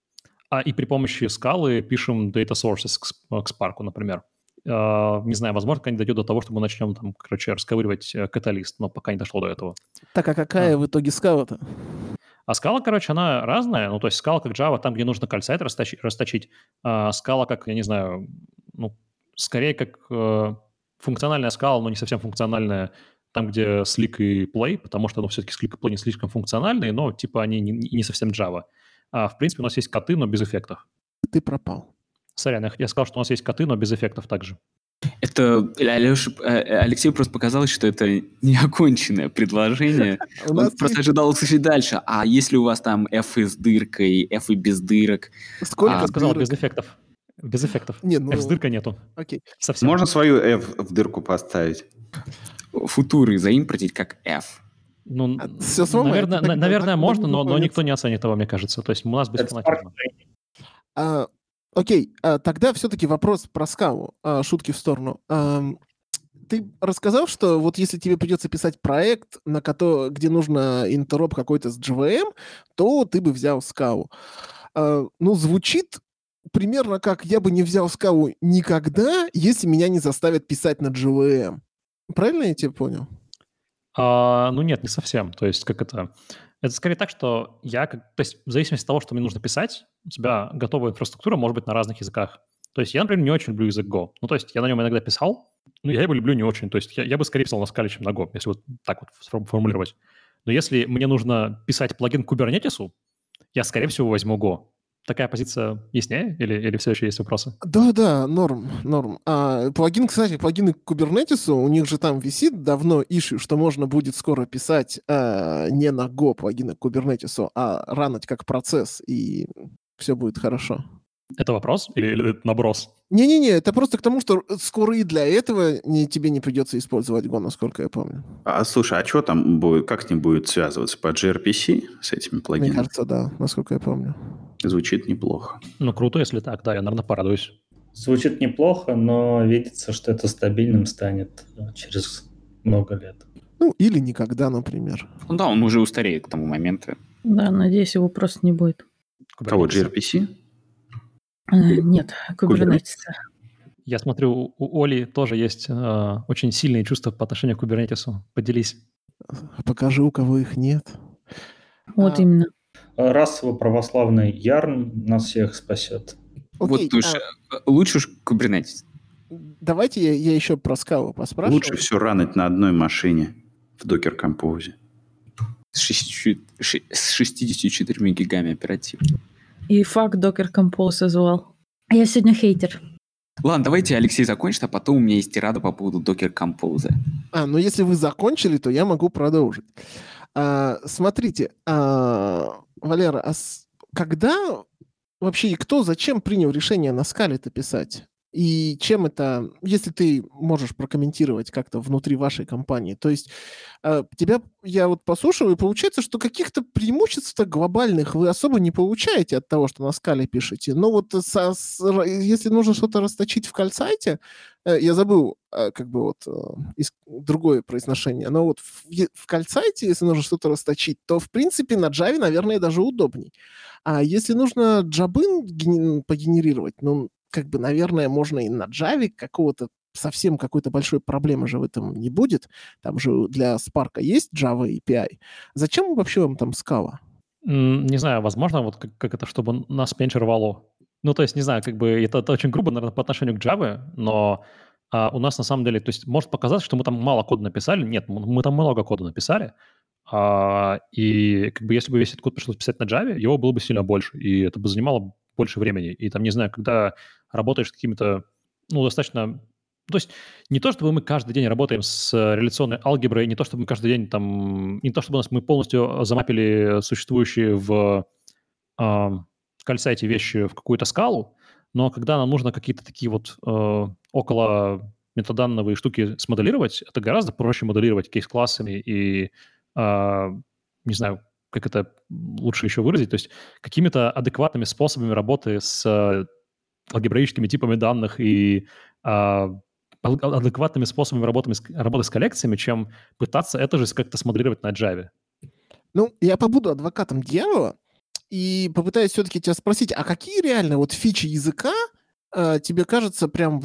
И при помощи скалы пишем data sources к Spark, например. Не знаю, возможно, когда дойдет до того, что мы начнем расковыривать каталист, но пока не дошло до этого. Так, а какая в итоге скала-то? А скала, она разная. Ну, то есть скала как Java, там, где нужно кальсайт расточить. Скала как, я не знаю, скорее как функциональная скала, но не совсем функциональная, там, где Slick и Play, потому что, все-таки Slick и Play не слишком функциональные, но, они не совсем Java. В принципе, у нас есть коты, но без эффектов. Ты пропал. Сорян, я сказал, что у нас есть коты, но без эффектов также. Это, Алексею просто показалось, что это неоконченное предложение. Он просто ожидал услышать дальше. А если у вас там F с дыркой, F и без дырок? Сколько я сказал без эффектов? Без эффектов. F с дыркой нету. Окей. Совсем. Можно свою F в дырку поставить? Футуры заимпортить как F. Наверное, можно, но никто не оценит этого, мне кажется. То есть у нас без фанатизма. Окей, тогда все-таки вопрос про скалу. Шутки в сторону. Ты рассказал, что вот если тебе придется писать проект, где нужно интероп какой-то с JVM, то ты бы взял скалу. Звучит примерно как «я бы не взял скалу никогда, если меня не заставят писать на JVM». Правильно я тебя понял? Нет, не совсем. То есть как это... Это скорее так, что то есть в зависимости от того, что мне нужно писать, у тебя готовая инфраструктура может быть на разных языках. То есть я, например, не очень люблю язык Go. То есть я на нем иногда писал, но я его люблю не очень. То есть я бы скорее писал на скале, чем на Go, если вот так вот формулировать. Но если мне нужно писать плагин к Kubernetes, я, скорее всего, возьму Go. Такая позиция яснее? Или все еще есть вопросы? Да, норм. Плагины к Kubernetes, у них же там висит давно issue, что можно будет скоро писать не на Go плагины к Kubernetes, а ранить как процесс, и все будет хорошо. Это вопрос или это наброс? Не-не-не, это просто к тому, что скоро и для этого тебе не придется использовать Go, насколько я помню. Слушай, а что там будет, как с ним будет связываться? По gRPC с этими Мне плагинами? кажется, да, насколько я помню. Звучит неплохо. Ну, круто, если так, да, я, наверное, порадуюсь. Звучит неплохо, но видится, что это стабильным станет через много лет. Ну, или никогда, например. Ну да, он уже устареет к тому моменту. Да, надеюсь, его просто не будет. Кого, Kubernetes. gRPC? Нет, Kubernetes. Я смотрю, у Оли тоже есть очень сильные чувства по отношению к Kubernetes. Поделись. Покажи, у кого их нет. Вот А, именно. Расовый православный ярн нас всех спасет. Окей, Вот уж лучше уж Kubernetes. давайте я еще про скалу поспрашиваю. Лучше все ранить на одной машине в Docker Compose. С 64 гигами оперативки. И fuck Docker Compose as well. А я сегодня хейтер. Ладно, давайте Алексей закончит, а потом у меня есть тирада по поводу Docker Compose. Ну если вы закончили, то я могу продолжить. Смотрите, Валера, когда вообще и кто, зачем принял решение на скале-то писать? И чем это, если ты можешь прокомментировать как-то внутри вашей компании? То есть тебя я вот послушал, и получается, что каких-то преимуществ глобальных вы особо не получаете от того, что на скале пишете. Но вот если нужно что-то расточить в кальсайте, я забыл как бы вот другое произношение, но вот в кальсайте, если нужно что-то расточить, то в принципе на Java, наверное, даже удобней. А если нужно джабы погенерировать, ну, как бы, наверное, можно и на Java какого-то совсем какой-то большой проблемы же в этом не будет. Там же для Spark есть Java API. Зачем вообще вам там Scala? Не знаю, возможно, вот как это, чтобы нас меньше рвало. Ну, то есть, не знаю, как бы это очень грубо, наверное, по отношению к Java, но у нас на самом деле, то есть, может показаться, что мы там мало кода написали. Нет, мы там много кода написали. И как бы если бы весь этот код пришлось писать на Java, его было бы сильно больше, и это бы занимало больше времени. И там, не знаю, когда работаешь с какими-то, ну, достаточно... То есть не то, чтобы мы каждый день работаем с реляционной алгеброй, не то, чтобы мы каждый день там... Не то, чтобы мы полностью замапили существующие в кальсайте вещи в какую-то скалу, но когда нам нужно какие-то такие вот около метаданновые штуки смоделировать, это гораздо проще моделировать кейс-классами и, не знаю, как это лучше еще выразить, то есть какими-то адекватными способами работы с алгебраическими типами данных и адекватными способами работы с коллекциями, чем пытаться это же как-то смоделировать на Java. Ну, я побуду адвокатом дьявола и попытаюсь все-таки тебя спросить, а какие реально вот фичи языка тебе кажется, прям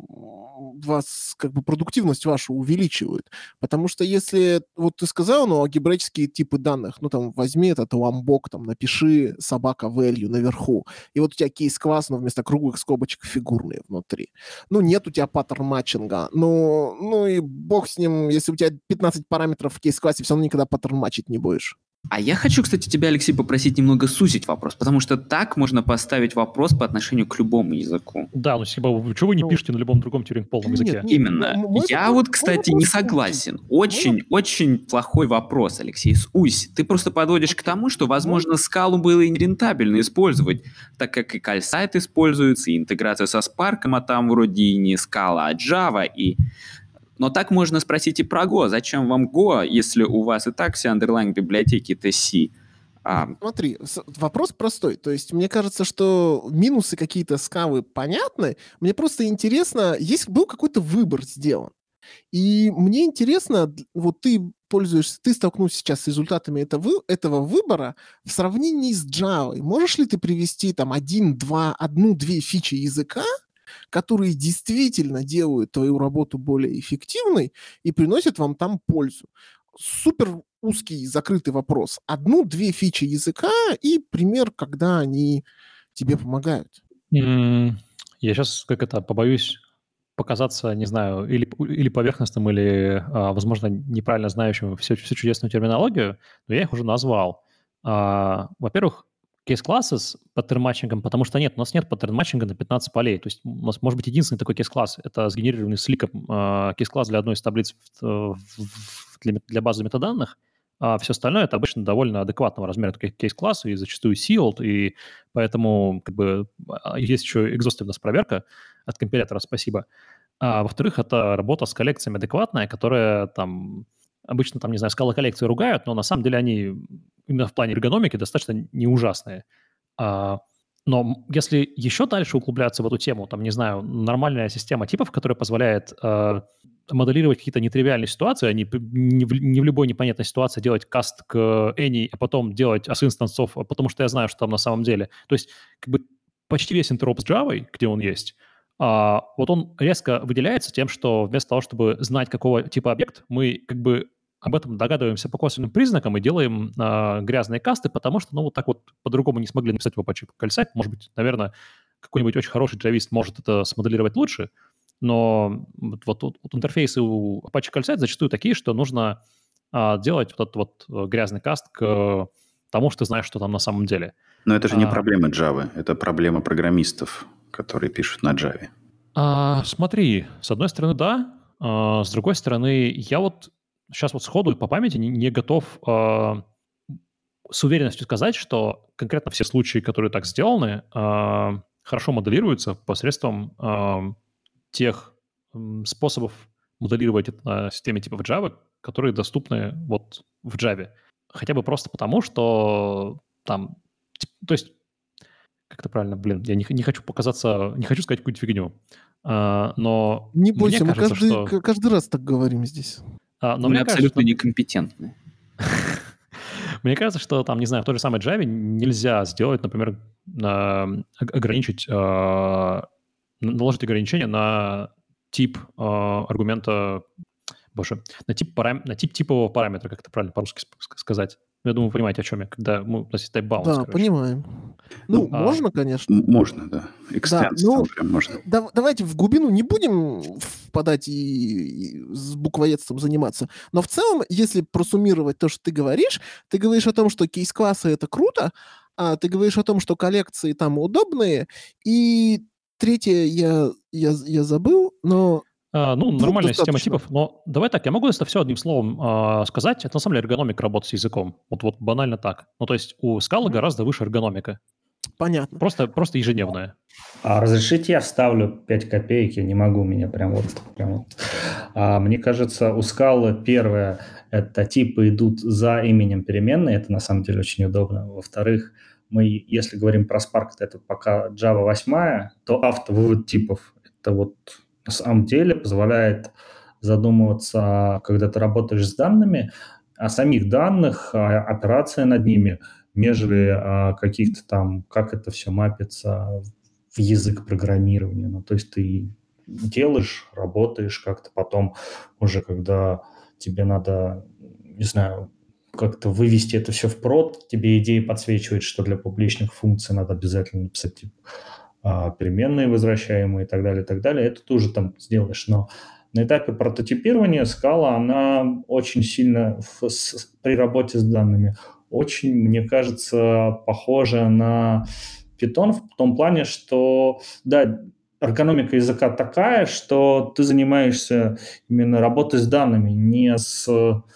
вас как бы продуктивность вашу увеличивают? Потому что если, вот ты сказал, ну, алгебраические типы данных, ну, там, возьми этот ламбок, там, напиши собака value наверху, и вот у тебя кейс-класс, но вместо круглых скобочек фигурные внутри. Ну, нет у тебя паттерн-матчинга. Ну, и бог с ним, если у тебя 15 параметров в кейс-классе, все равно никогда паттерн-матчить не будешь. А я хочу, кстати, тебя, Алексей, попросить немного сузить вопрос, потому что так можно поставить вопрос по отношению к любому языку. Да, ну, чего вы не пишете на любом другом Тьюринг-полном языке? Именно. Я вот, кстати, не согласен. Очень плохой вопрос, Алексей. Сузь. Ты просто подводишь к тому, что, возможно, скалу было и нерентабельно использовать, так как и кальсайт используется, и интеграция со Spark, а там вроде и не скала, а Java, и... Но так можно спросить и про Go. Зачем вам Go, если у вас и так все underlying библиотеки это C? Смотри, вопрос простой. То есть мне кажется, что минусы какие-то скалы понятны. Мне просто интересно, был какой-то выбор сделан. И мне интересно, вот ты столкнулся сейчас с результатами этого выбора в сравнении с Java. Можешь ли ты привести там одну-две фичи языка, которые действительно делают твою работу более эффективной и приносят вам там пользу? Супер узкий, закрытый вопрос. Одну-две фичи языка и пример, когда они тебе помогают. Я сейчас побоюсь показаться, не знаю, или поверхностным, или, возможно, неправильно знающим всю чудесную терминологию, но я их уже назвал. Во-первых, кейс-классы с паттерн-матчингом, потому что у нас нет паттерн-матчинга на 15 полей. То есть у нас может быть единственный такой кейс-класс. Это сгенерированный сликом кейс-класс для одной из таблиц для базы метаданных. А все остальное это обычно довольно адекватного размера кейс-классы и зачастую sealed, и поэтому как бы есть еще exhaustive проверка от компилятора, спасибо. А во-вторых, это работа с коллекциями адекватная, которая там обычно там, не знаю, скала-коллекции ругают, но на самом деле они именно в плане эргономики достаточно не ужасные. Но если еще дальше углубляться в эту тему, там, не знаю, нормальная система типов, которая позволяет моделировать какие-то нетривиальные ситуации, а не в любой непонятной ситуации делать каст к any, а потом делать as-инстансов, потому что я знаю, что там на самом деле. То есть как бы почти весь интероп с Java, где он есть, вот он резко выделяется тем, что вместо того, чтобы знать, какого типа объект, мы как бы об этом догадываемся по косвенным признакам и делаем грязные касты, потому что, ну, вот так вот по-другому не смогли написать в Apache CalCite. Может быть, наверное, какой-нибудь очень хороший джавист может это смоделировать лучше, но вот интерфейсы у Apache CalCite зачастую такие, что нужно делать вот этот вот грязный каст к тому, что ты знаешь, что там на самом деле. Но это же не проблема Java, это проблема программистов, которые пишут на Java. Смотри, с одной стороны, да, с другой стороны, я вот сейчас вот сходу по памяти не готов с уверенностью сказать, что конкретно все случаи, которые так сделаны, хорошо моделируются посредством тех способов моделировать это на системе типа Java, которые доступны вот в Java. Хотя бы просто потому, что там... То есть, как это правильно, я не хочу показаться... Не хочу сказать какую-то фигню. Но не бойся, мне кажется, мы каждый раз так говорим здесь. Но мы абсолютно некомпетентны. Мне кажется, что там, не знаю, в той же самой Java нельзя сделать, например, наложить ограничение на тип аргумента, на тип типового параметра, как это правильно по-русски сказать. Я думаю, вы понимаете, о чем я, когда у нас есть type bounds. Да, короче. Понимаем. Можно, конечно. Можно, да. Экстенс прям можно. Давайте в глубину не будем впадать и с буквоедством заниматься. Но в целом, если просуммировать то, что ты говоришь о том, что кейс-классы — это круто, а ты говоришь о том, что коллекции там удобные, и третье я забыл, но... нормальная система типов. Но давай так, я могу это все одним словом сказать. Это на самом деле эргономика работы с языком. Вот банально так. Ну, то есть у скалы гораздо выше эргономика. Понятно. Просто ежедневная. Разрешите, я вставлю 5 копеек, я не могу, меня прям вот. Мне кажется, у скалы первое, это типы идут за именем переменной, это на самом деле очень удобно. Во-вторых, мы, если говорим про Spark, это пока Java 8, то автовывод типов, это вот на самом деле позволяет задумываться, когда ты работаешь с данными, о самих данных, о операции над ними, нежели о каких-то там, как это все мапится в язык программирования. Ну, то есть ты делаешь, работаешь как-то потом уже, когда тебе надо, не знаю, как-то вывести это все в прод, тебе идея подсвечивает, что для публичных функций надо обязательно написать типа переменные возвращаемые и так далее, это ты уже там сделаешь. Но на этапе прототипирования Scala, она очень сильно при работе с данными очень, мне кажется, похожа на Python в том плане, что, да, эргономика языка такая, что ты занимаешься именно работой с данными, не с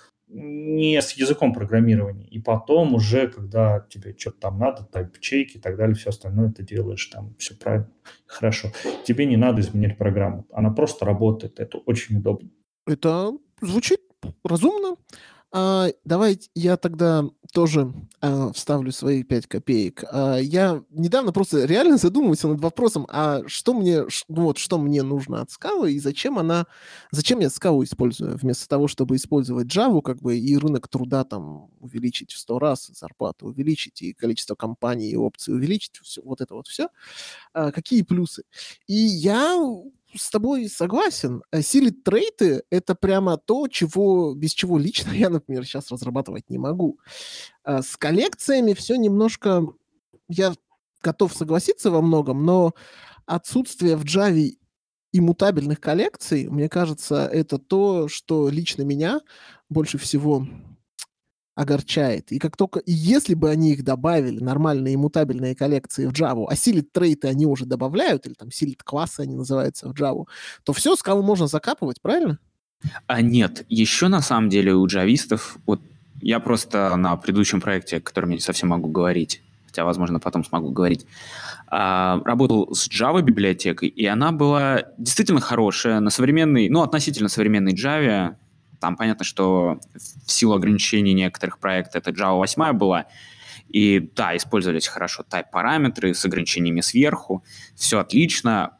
языком программирования. И потом уже, когда тебе что-то там надо, тайп-чейки и так далее, все остальное ты делаешь там, все правильно, хорошо. Тебе не надо изменять программу. Она просто работает. Это очень удобно. Это звучит разумно. Давайте я тогда тоже вставлю свои 5 копеек. Я недавно просто реально задумывался над вопросом, что мне нужно от Scala и зачем я Scala использую, вместо того, чтобы использовать Java, как бы, и рынок труда там увеличить в 100 раз, зарплату увеличить, и количество компаний, и опций увеличить, все, вот это вот все. Какие плюсы? И я с тобой согласен. Sealed трейты — это прямо то, без чего лично я, например, сейчас разрабатывать не могу. С коллекциями все немножко... Я готов согласиться во многом, но отсутствие в Java иммутабельных коллекций, мне кажется, это то, что лично меня больше всего огорчает. И если бы они их добавили, нормальные иммутабельные коллекции в Java, а sealed трейты они уже добавляют, или там sealed классы они называются в Java, то все, Scala можно закапывать, правильно? Нет, еще на самом деле у джавистов вот Я просто на предыдущем проекте, о котором я не совсем могу говорить, хотя, возможно, потом смогу говорить, работал с Java библиотекой, и она была действительно хорошая на современной, относительно современной Java. Там понятно, что в силу ограничений некоторых проектов это Java 8 была, и да, использовались хорошо type-параметры с ограничениями сверху, все отлично,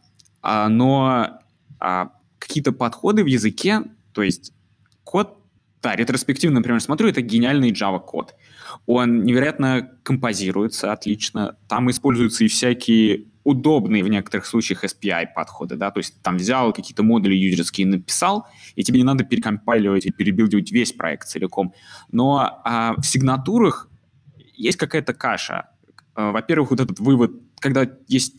но какие-то подходы в языке, то есть код, да, ретроспективно, например, смотрю, это гениальный Java-код. Он невероятно композируется отлично, там используются и всякие удобные в некоторых случаях SPI-подходы, да, то есть там взял какие-то модули юзерские, написал, и тебе не надо перекомпайливать и перебилдивать весь проект целиком. Но в сигнатурах есть какая-то каша. Во-первых, вот этот вывод, когда есть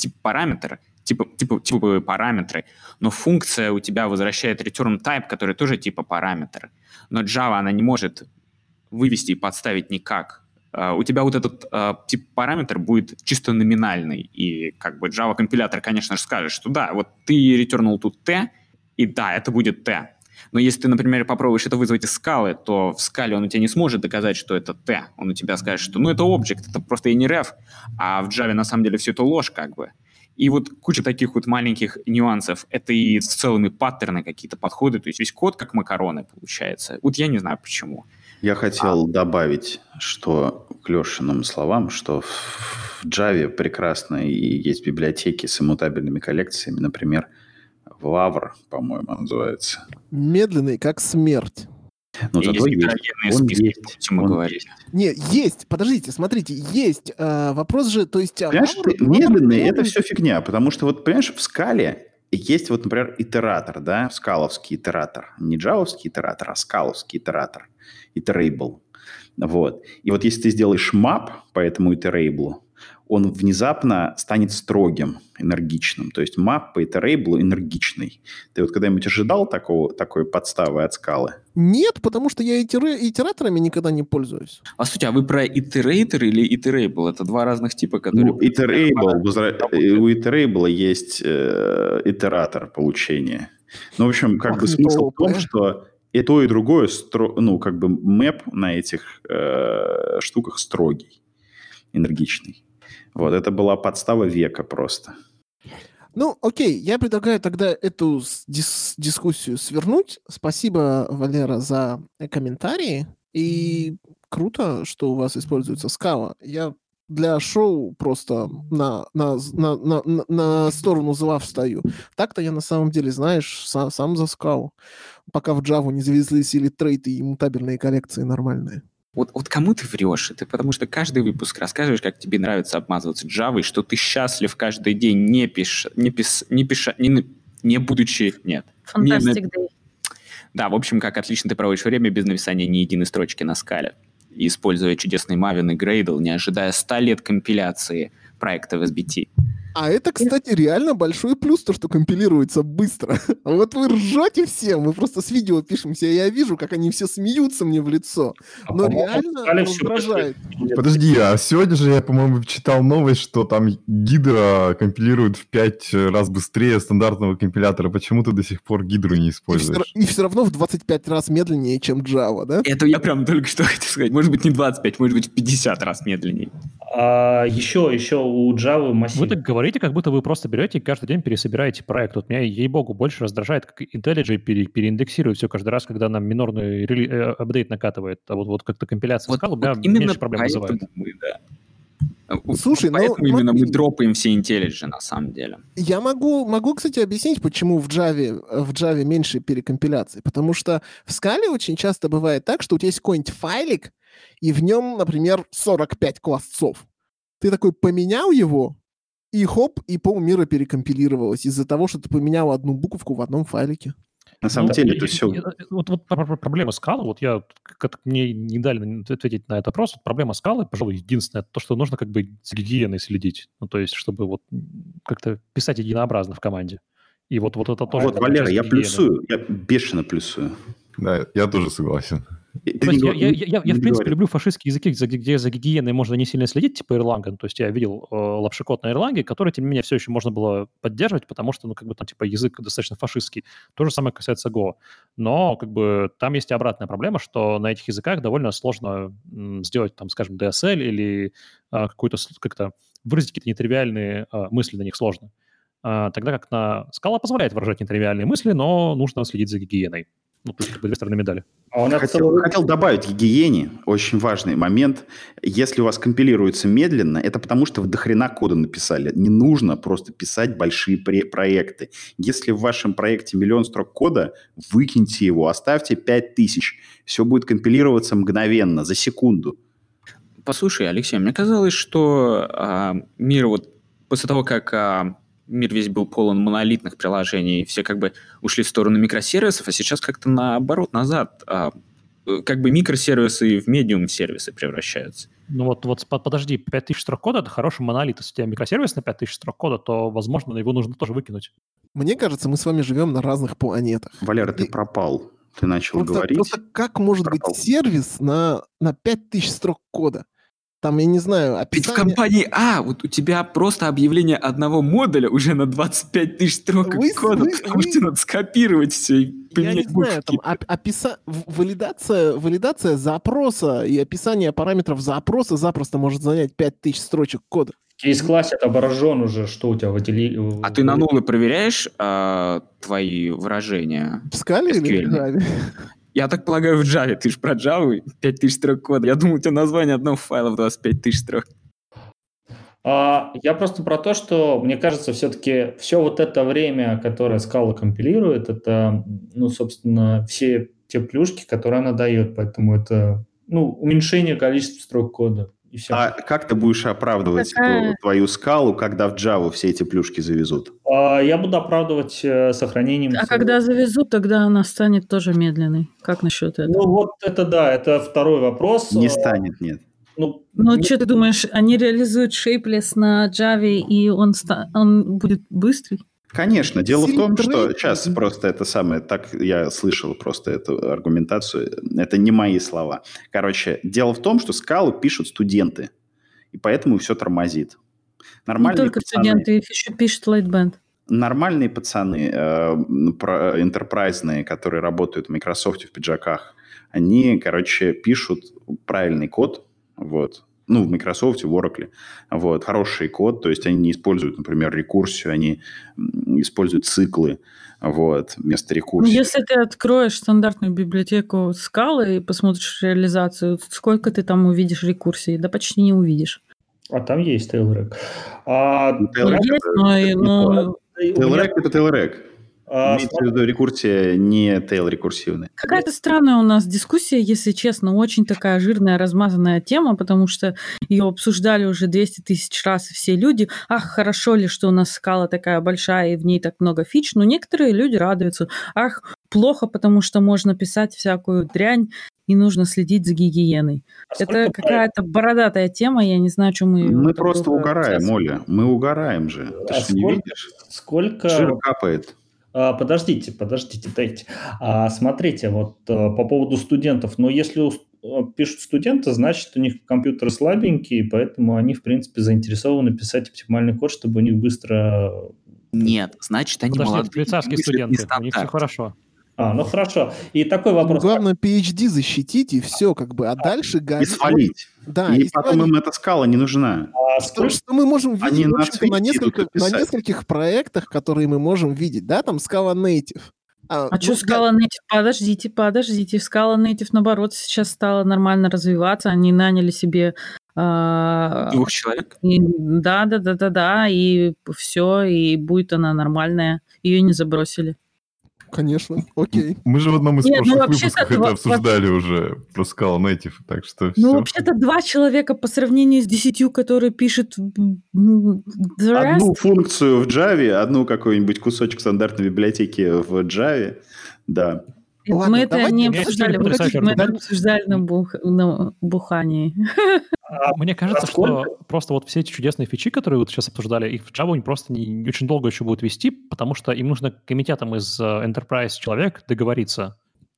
типовые параметры, но функция у тебя возвращает return type, который тоже типа параметр. Но Java, она не может вывести и подставить никак. У тебя вот этот тип параметр будет чисто номинальный, и как бы Java-компилятор, конечно же, скажет, что да, вот ты ретурнул тут t, и да, это будет t. Но если ты, например, попробуешь это вызвать из скалы, то в скале он у тебя не сможет доказать, что это t. Он у тебя скажет, что это object, это просто iniref, а в Java на самом деле все это ложь как бы. И вот куча таких вот маленьких нюансов. Это и с целыми паттерны какие-то подходы, то есть весь код как макароны получается. Вот я не знаю почему. Я хотел добавить, что к Лешиным словам, что в Java прекрасно и есть библиотеки с иммутабельными коллекциями, например, Вавр, по-моему, называется. Медленный, как смерть. Но зато есть. Он есть. Мы говорили. Не, есть. Подождите, смотрите, есть. Вопрос же, то есть... Понимаешь, медленный – это все фигня, потому что, вот, понимаешь, в скале есть, вот, например, итератор, да, скаловский итератор. Не джавовский итератор, а скаловский итератор. Iterable. Вот. И вот если ты сделаешь map по этому iterable, он внезапно станет строгим, энергичным. То есть map по iterable энергичный. Ты вот когда-нибудь ожидал такой подставы от скалы? Нет, потому что я итераторами никогда не пользуюсь. А суть, а вы про iterator или iterable? Это два разных типа, которые... У iterable есть итератор получения. Ну, в общем, как бы смысл в том, что и то, и другое, как бы мэп на этих штуках строгий, энергичный. Вот, это была подстава века просто. Ну, окей, я предлагаю тогда эту дискуссию свернуть. Спасибо, Валера, за комментарии. И круто, что у вас используется Scala. Я для шоу просто на сторону зла встаю. Так-то я на самом деле, знаешь, сам за Scala. Пока в Java не завезли силит-трейты и мутабельные коллекции нормальные. Вот кому ты врешь? Это потому что каждый выпуск рассказываешь, как тебе нравится обмазываться Java, что ты счастлив каждый день, не будучи... Нет. Fantastic Day. Да, в общем, как отлично ты проводишь время без написания ни единой строчки на скале, используя чудесный Maven и Gradle, не ожидая 100 лет компиляции проекта в SBT. А это, кстати, реально большой плюс, то, что компилируется быстро. Вот вы ржете все, мы просто с видео пишемся, и я вижу, как они все смеются мне в лицо. Но реально раздражает. Подожди, а сегодня же я, по-моему, читал новость, что там Гидра компилирует в 5 раз быстрее стандартного компилятора. Почему ты до сих пор Гидру не используешь? И все равно в 25 раз медленнее, чем Java, да? Это я прям только что хотел сказать. Может быть, не 25, может быть, в 50 раз медленнее. Еще у Java массив. Вы так говорите, как будто вы просто берете и каждый день пересобираете проект. Вот меня, ей-богу, больше раздражает, как IntelliJ переиндексирует все каждый раз, когда нам минорный апдейт накатывает. А вот как-то компиляция скал у меня меньше проблем вызывает. Слушай, поэтому именно мы дропаем все IntelliJ на самом деле. Я могу, кстати, объяснить, почему в Java меньше перекомпиляций. Потому что в скале очень часто бывает так, что у тебя есть какой-нибудь файлик, и в нем, например, 45 классов. Ты такой поменял его, и хоп, и полмира перекомпилировалось из-за того, что ты поменял одну буковку в одном файлике. На самом деле это все... Вот проблема скалы, вот мне не дали ответить на этот вопрос, проблема скалы, пожалуй, единственное, то, что нужно как бы с гигиеной следить. Ну, то есть, чтобы вот как-то писать единообразно в команде. И вот это тоже... Вот, Валера, я плюсую, я бешено плюсую. Да, я тоже согласен. То есть я в принципе, люблю фашистские языки, где за гигиеной можно не сильно следить, типа Erlang. То есть я видел лапшикод на Erlang, который, тем не менее, все еще можно было поддерживать, потому что, там, типа, язык достаточно фашистский. То же самое касается Go. Но, там есть и обратная проблема, что на этих языках довольно сложно сделать, там, скажем, DSL или как-то выразить какие-то нетривиальные мысли на них сложно. Тогда как Scala позволяет выражать нетривиальные мысли, но нужно следить за гигиеной. То есть, две стороны медали. Хотел добавить гигиене очень важный момент. Если у вас компилируется медленно, это потому, что вы дохрена кода написали. Не нужно просто писать большие проекты. Если в вашем проекте 1 000 000 строк кода, выкиньте его, оставьте 5000. Все будет компилироваться мгновенно, за секунду. Послушай, Алексей, мне казалось, что мир после того, как мир весь был полон монолитных приложений, все ушли в сторону микросервисов, а сейчас как-то наоборот, назад. Микросервисы в медиум-сервисы превращаются. Подожди, 5000 строк кода — это хороший монолит. Если у тебя микросервис на 5000 строк кода, то, возможно, его нужно тоже выкинуть. Мне кажется, мы с вами живем на разных планетах. Валера, ты пропал. Ты начал говорить. Просто как может быть сервис на 5000 строк кода? Там, я не знаю, описание... Ведь в компании у тебя просто объявление одного модуля уже на 25 000 строк кода, потому что надо скопировать все и поменять буковки. Я не знаю, валидация запроса и описание параметров запроса запросто может занять 5000 строчек кода. Кейс-класс отображен уже, что у тебя А ты на нулы проверяешь твои выражения? В Scala или в Java? Я так полагаю, в Java. Ты же про Java, 5000 строк кода. Я думаю, у тебя название одного файла в 25 000 строк. Я просто про то, что, мне кажется, все-таки все это время, которое Scala компилирует, это, собственно, все те плюшки, которые она дает. Поэтому это, уменьшение количества строк кода. И все. А как ты будешь оправдывать твою скалу, когда в Java все эти плюшки завезут? Я буду оправдывать сохранением... когда завезут, тогда она станет тоже медленной. Как насчет этого? Это второй вопрос. Не станет, нет. Что ты думаешь, они реализуют Shapeless на Java, и он будет быстрый? Конечно. Дело в том, что сейчас просто это самое, так я слышал просто эту аргументацию, это не мои слова. Короче, дело в том, что скалу пишут студенты, и поэтому все тормозит. Не только студенты, их еще пишет Lightband. Нормальные пацаны, энтерпрайзные, которые работают в Microsoft в пиджаках, они, пишут правильный код, в Microsoft, в Oracle, хороший код, то есть они не используют, например, рекурсию, они используют циклы, вместо рекурсии. Если ты откроешь стандартную библиотеку Scala и посмотришь реализацию, сколько ты там увидишь рекурсий? Да почти не увидишь. А там есть TailRack. TailRack это TailRack. Имеется в виду рекурсия не тейл-рекурсивная. Какая-то странная у нас дискуссия, если честно, очень такая жирная, размазанная тема, потому что ее обсуждали уже 200 000 раз, и все люди, хорошо ли, что у нас скала такая большая, и в ней так много фич, но некоторые люди радуются, плохо, потому что можно писать всякую дрянь, и нужно следить за гигиеной. Это какая-то бородатая тема, я не знаю, что мы... Мы просто угораем, Оля, мы угораем же. Ты что, не видишь? Жир капает. Подождите, дайте. Смотрите, по поводу студентов. Но если пишут студенты, значит, у них компьютеры слабенькие, поэтому они, в принципе, заинтересованы писать оптимальный код, чтобы у них быстро... Нет, значит, они молодые. Швейцарские студенты, у них все хорошо. Хорошо. И такой вопрос. Главное, PhD защитить, и все, а дальше... И свалить. Да, и потом им эта скала не нужна. Что мы можем видеть на нескольких проектах, которые мы можем видеть, да, там Scala Native. Что Scala Native? Подождите. Scala Native, наоборот, сейчас стала нормально развиваться. Они наняли себе... 2 человек? Да, и все, и будет она нормальная. Ее не забросили. Конечно, окей. Мы же в одном из прошлых выпусков это обсуждали уже про Scala Native, так что все. Вообще-то 2 человека по сравнению с 10, которые пишут... Одну функцию в Java, одну какой-нибудь кусочек стандартной библиотеки в Java, да. Ладно, мы это не обсуждали, мы это обсуждали на бухании. Мне кажется, что просто все эти чудесные фичи, которые сейчас обсуждали, их в Java просто не очень долго еще будут вести, потому что им нужно комитетам из Enterprise человек договориться.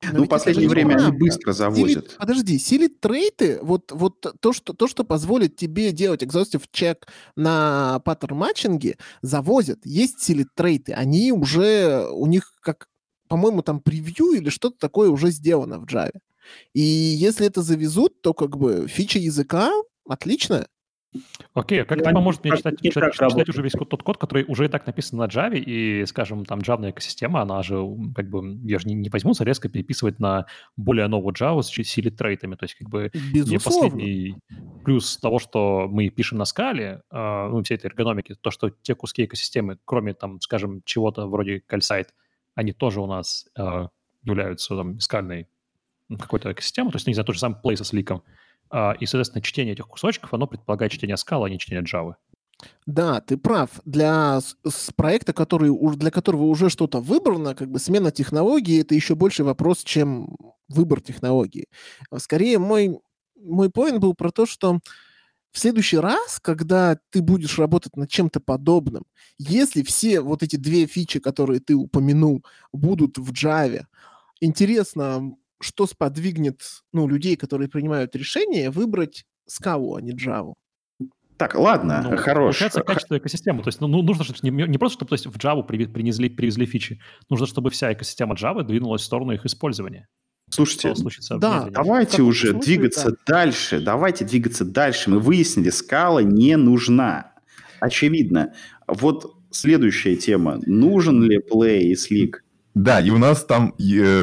Но Ну, в ведь это же последнее время они неправда. быстро завозят. Подожди, силит трейты, вот то, что позволит тебе делать exhaustive check на паттерн-матчинге, завозят. Есть силит трейты, они уже, у них как, по-моему, там превью или что-то такое уже сделано в Java. И если это завезут, то как бы фича языка отличная. Окей, а как Ну, это они поможет мне не читать так уже работают. весь тот код, который уже и так написан на Java, и, скажем, там джавная экосистема, она же, как бы, ее же не возьмутся резко переписывать на более новую Java с силит трейтами, то есть, как бы, не Безусловно. последний плюс того, что мы пишем на скале, ну, всей этой эргономики, то, что те куски экосистемы, кроме, там, скажем, чего-то вроде CalSite, они тоже у нас являются, там, скальной какой-то экосистемой, то есть, не знаю, тот же самый Play со сликом. И, соответственно, чтение этих кусочков, оно предполагает чтение скалы, а не чтение Java. Да, ты прав. Для проекта, для которого уже что-то выбрано, как бы смена технологии — это еще больший вопрос, чем выбор технологии. Скорее, мой поинт был про то, что в следующий раз, когда ты будешь работать над чем-то подобным, если все вот эти две фичи, которые ты упомянул, будут в Java, интересно, что сподвигнет людей, которые принимают решение, выбрать скалу, а не Java. Так, ладно, Ну, хорош. получается, качество экосистемы. То есть, нужно, чтобы не просто, чтобы, то есть, в Java привезли фичи. Нужно, чтобы вся экосистема Java двинулась в сторону их использования. Слушайте, Что случится да, медленнее. в давайте каком-то уже смысле, двигаться да. дальше. Давайте двигаться дальше. Мы выяснили, скала не нужна. Очевидно. Вот следующая тема. Нужен ли Play и Slick? Да, и у нас там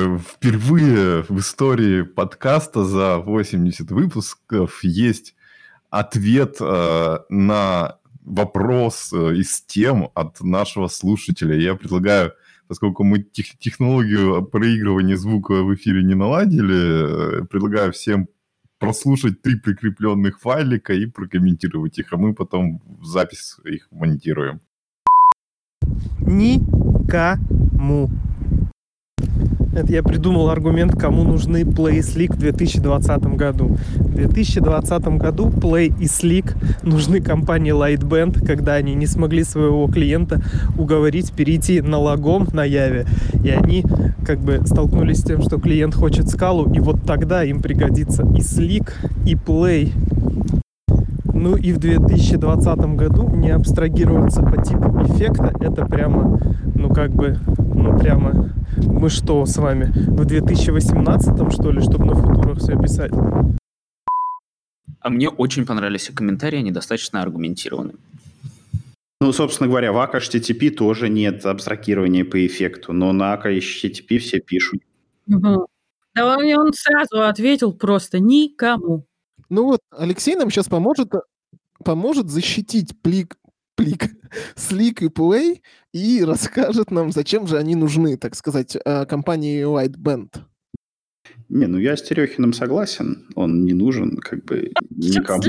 впервые в истории подкаста за 80 выпусков есть ответ на вопрос из тем от нашего слушателя. Я предлагаю, поскольку мы технологию проигрывания звука в эфире не наладили, предлагаю всем прослушать 3 прикрепленных файлика и прокомментировать их, а мы потом в запись их монтируем. Никому. Это я придумал аргумент, кому нужны Play и Slick в 2020 году. В 2020 году Play и Slick нужны компании Lightband, когда они не смогли своего клиента уговорить перейти на лагом на Яве. И они как бы столкнулись с тем, что клиент хочет скалу, и вот тогда им пригодится и Slick, и Play. Ну и в 2020 году не абстрагироваться по типу эффекта, это прямо, прямо, мы что с вами, в 2018 что ли, чтобы на футурах все писать? А мне очень понравились комментарии, они достаточно аргументированы. Ну, собственно говоря, в ACK HTTP тоже нет абстрагирования по эффекту, но на ACK HTTP все пишут. Угу. Да он сразу ответил просто никому. Ну вот, Алексей нам сейчас поможет защитить плик Slick и Play и расскажет нам, зачем же они нужны, так сказать, компании Lightband. Не, ну я с Терехиным согласен, он не нужен как бы никому.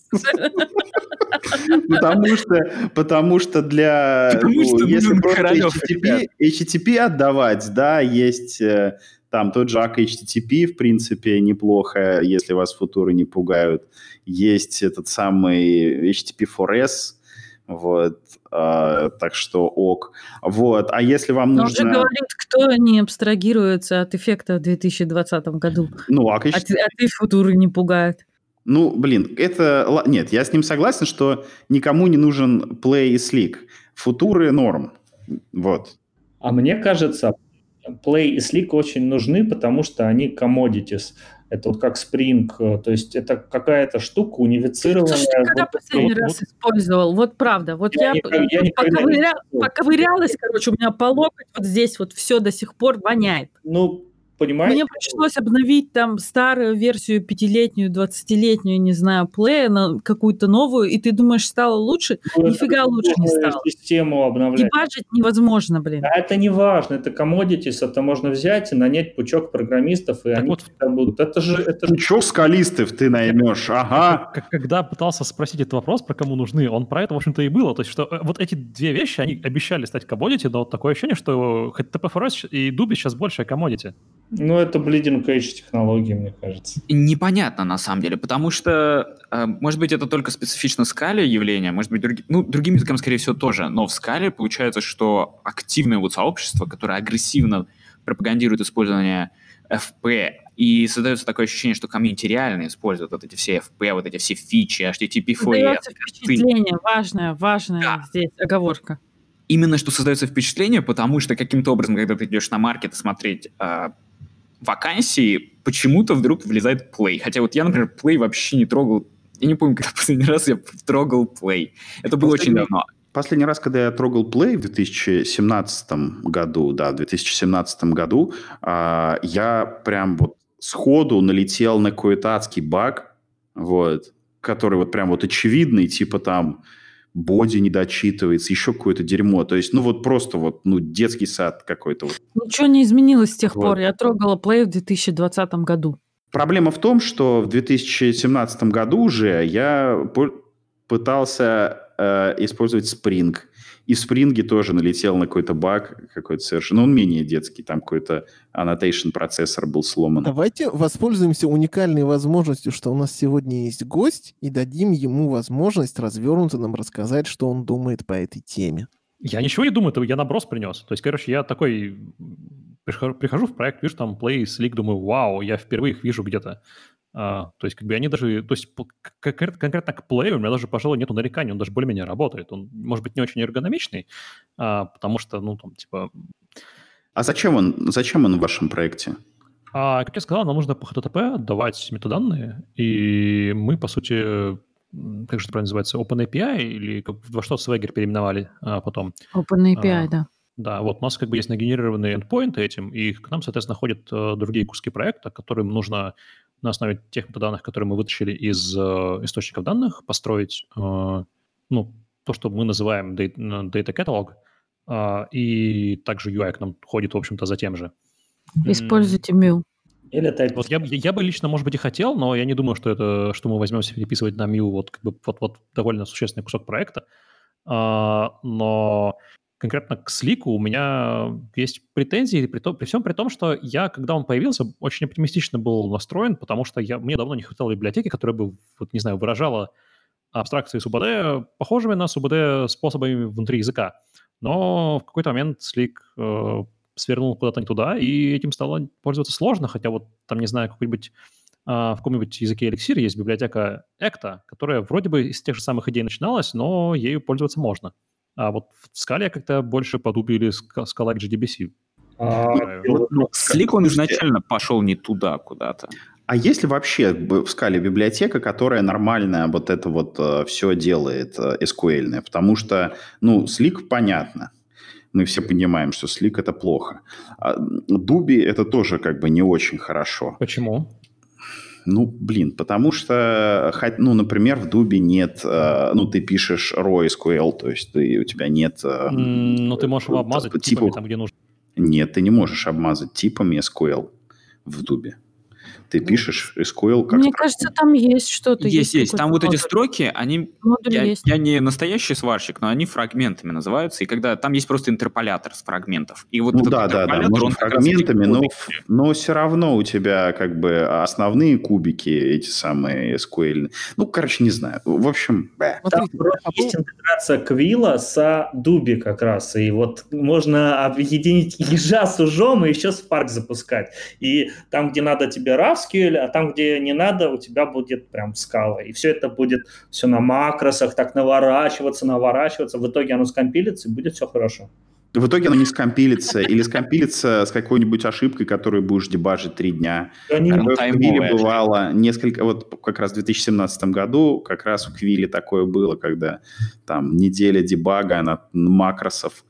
Потому что если просто HTTP отдавать, да, есть там тот же ACK HTTP, в принципе, неплохо, если вас футуры не пугают. Есть этот самый HTTP4S, вот, так что ок. Вот, а если вам нужно... Он же говорит, кто не абстрагируется от эффекта в 2020 году. Ну, ACK HTTP... А ты футуры не пугает. Ну, блин, это... Нет, я с ним согласен, что никому не нужен Play и Slick. Футуры норм. Вот. А мне кажется, Play и Slick очень нужны, потому что они commodities. Это вот как Spring, то есть это какая-то штука унифицированная. Слушай, ты когда последний раз использовал? Вот правда. Вот я поковырялась, короче, у меня по локоть вот здесь вот все до сих пор воняет. Ну, понимаете? Мне пришлось обновить там старую версию 5-летнюю, 20-летнюю, не знаю, Play на какую-то новую, и ты думаешь, стало лучше? Нифига лучше не стало. Систему обновлять. Дебаджить невозможно, блин. А это не важно, это commodities, это можно взять и нанять пучок программистов, и так они вот, там будут. Это же... Пучок скалистов ты наймешь, ага. Когда пытался спросить этот вопрос, про кому нужны, он про это, в общем-то, и было. То есть, что вот эти две вещи, они обещали стать commodity, но вот такое ощущение, что HTTP4S и Dubi сейчас больше commodity. Ну, это bleeding edge технологии, мне кажется. Непонятно, на самом деле, потому что, может быть, это только специфично скале явление, может быть, другим языкам, скорее всего, тоже, но в скале получается, что активное вот сообщество, которое агрессивно пропагандирует использование FP, и создается такое ощущение, что комьюнити реально использует вот эти все FP, вот эти все фичи, HTTP, Создается впечатление, важная Да. здесь оговорка. Именно что создается впечатление, потому что каким-то образом, когда ты идешь на маркет смотреть вакансии, почему-то вдруг влезает Play. Хотя вот я, например, Play вообще не трогал. Я не помню, когда последний раз я трогал Play. Это было очень давно. Последний раз, когда я трогал Play в 2017 году, я прям вот сходу налетел на какой-то адский баг, вот, который вот прям вот очевидный, типа там боди не дочитывается, еще какое-то дерьмо. То есть, ну вот просто вот, ну, детский сад какой-то. Вот. Ничего не изменилось с тех Вот. пор. Я трогала Play в 2020 году. Проблема в том, что в 2017 году уже я пытался использовать Spring. И в Spring тоже налетел на какой-то баг, какой-то совершенно... Ну, он менее детский, там какой-то annotation процессор был сломан. Давайте воспользуемся уникальной возможностью, что у нас сегодня есть гость, и дадим ему возможность развернуто нам рассказать, что он думает по этой теме. Я ничего не думаю, я наброс принес. То есть, короче, я такой прихожу в проект, вижу там Play, Slick, думаю, вау, я впервые их вижу где-то. То есть, как бы они даже... То есть, конкретно к Play у меня даже, пожалуй, нету нареканий, он даже более-менее работает. Он, может быть, не очень эргономичный, потому что, ну, там, типа... А зачем он в вашем проекте? Как я сказал, нам нужно по HTTP отдавать метаданные, и мы, по сути... Как же это правильно называется? OpenAPI или во что Swagger переименовали потом? OpenAPI, да. Да, вот у нас как бы есть нагенерированные эндпоинты этим, и к нам, соответственно, ходят другие куски проекта, которым нужно на основе тех метаданных, которые мы вытащили из источников данных, построить, ну, то, что мы называем Data Catalog, и также UI к нам ходит, в общем-то, за тем же. Используйте Mu. Или Type. Вот я бы лично, может быть, и хотел, но я не думаю, что мы возьмемся переписывать на Mu вот, как бы, вот довольно существенный кусок проекта. Но конкретно к Slick у меня есть претензии, при всем при том, что я, когда он появился, очень оптимистично был настроен, потому что мне давно не хватало библиотеки, которая бы, вот, не знаю, выражала абстракции СУБД похожими на СУБД способами внутри языка. Но в какой-то момент Slick свернул куда-то не туда, и этим стало пользоваться сложно, хотя вот там, не знаю, в каком-нибудь языке Elixir есть библиотека Ecto, которая вроде бы из тех же самых идей начиналась, но ею пользоваться можно. А вот в Scala я как-то больше по Ruby или Scala GDBC. Slick, он изначально пошел не туда куда-то. А есть ли вообще в Scala библиотека, которая нормально вот это вот все делает SQL-ное? Потому что, ну, Slick понятно. Мы все понимаем, что Slick это плохо. А Ruby это тоже как бы не очень хорошо. Почему? Ну, блин, потому что, ну, например, в Ruby нет, ну, ты пишешь raw SQL, то есть у тебя нет... Ну, ты можешь его обмазать типами там, где нужно. Нет, ты не можешь обмазать типами SQL в Ruby. Ты пишешь SQL как... Мне кажется, там есть что-то. Есть. Там вот эти строки, они... есть. Я не настоящий сварщик, но они фрагментами называются. И когда там есть просто интерполятор с фрагментов. И вот ну да, можно фрагментами, но все равно у тебя как бы основные кубики, эти самые SQL. Ну, короче, не знаю. В общем, Там есть интеграция Квилла с Дуби как раз. И вот можно объединить ежа с ужом и еще Spark запускать. И там, где надо тебе RAW, а там, где не надо, у тебя будет прям Scala. И все это будет все на макросах, так наворачиваться. В итоге оно скомпилится, и будет все хорошо. В итоге оно не скомпилится или скомпилится с какой-нибудь ошибкой, которую будешь дебажить 3 дня. В Квилле бывало несколько... Вот как раз в 2017 году как раз у Квилли такое было, когда там неделя дебага на макросов.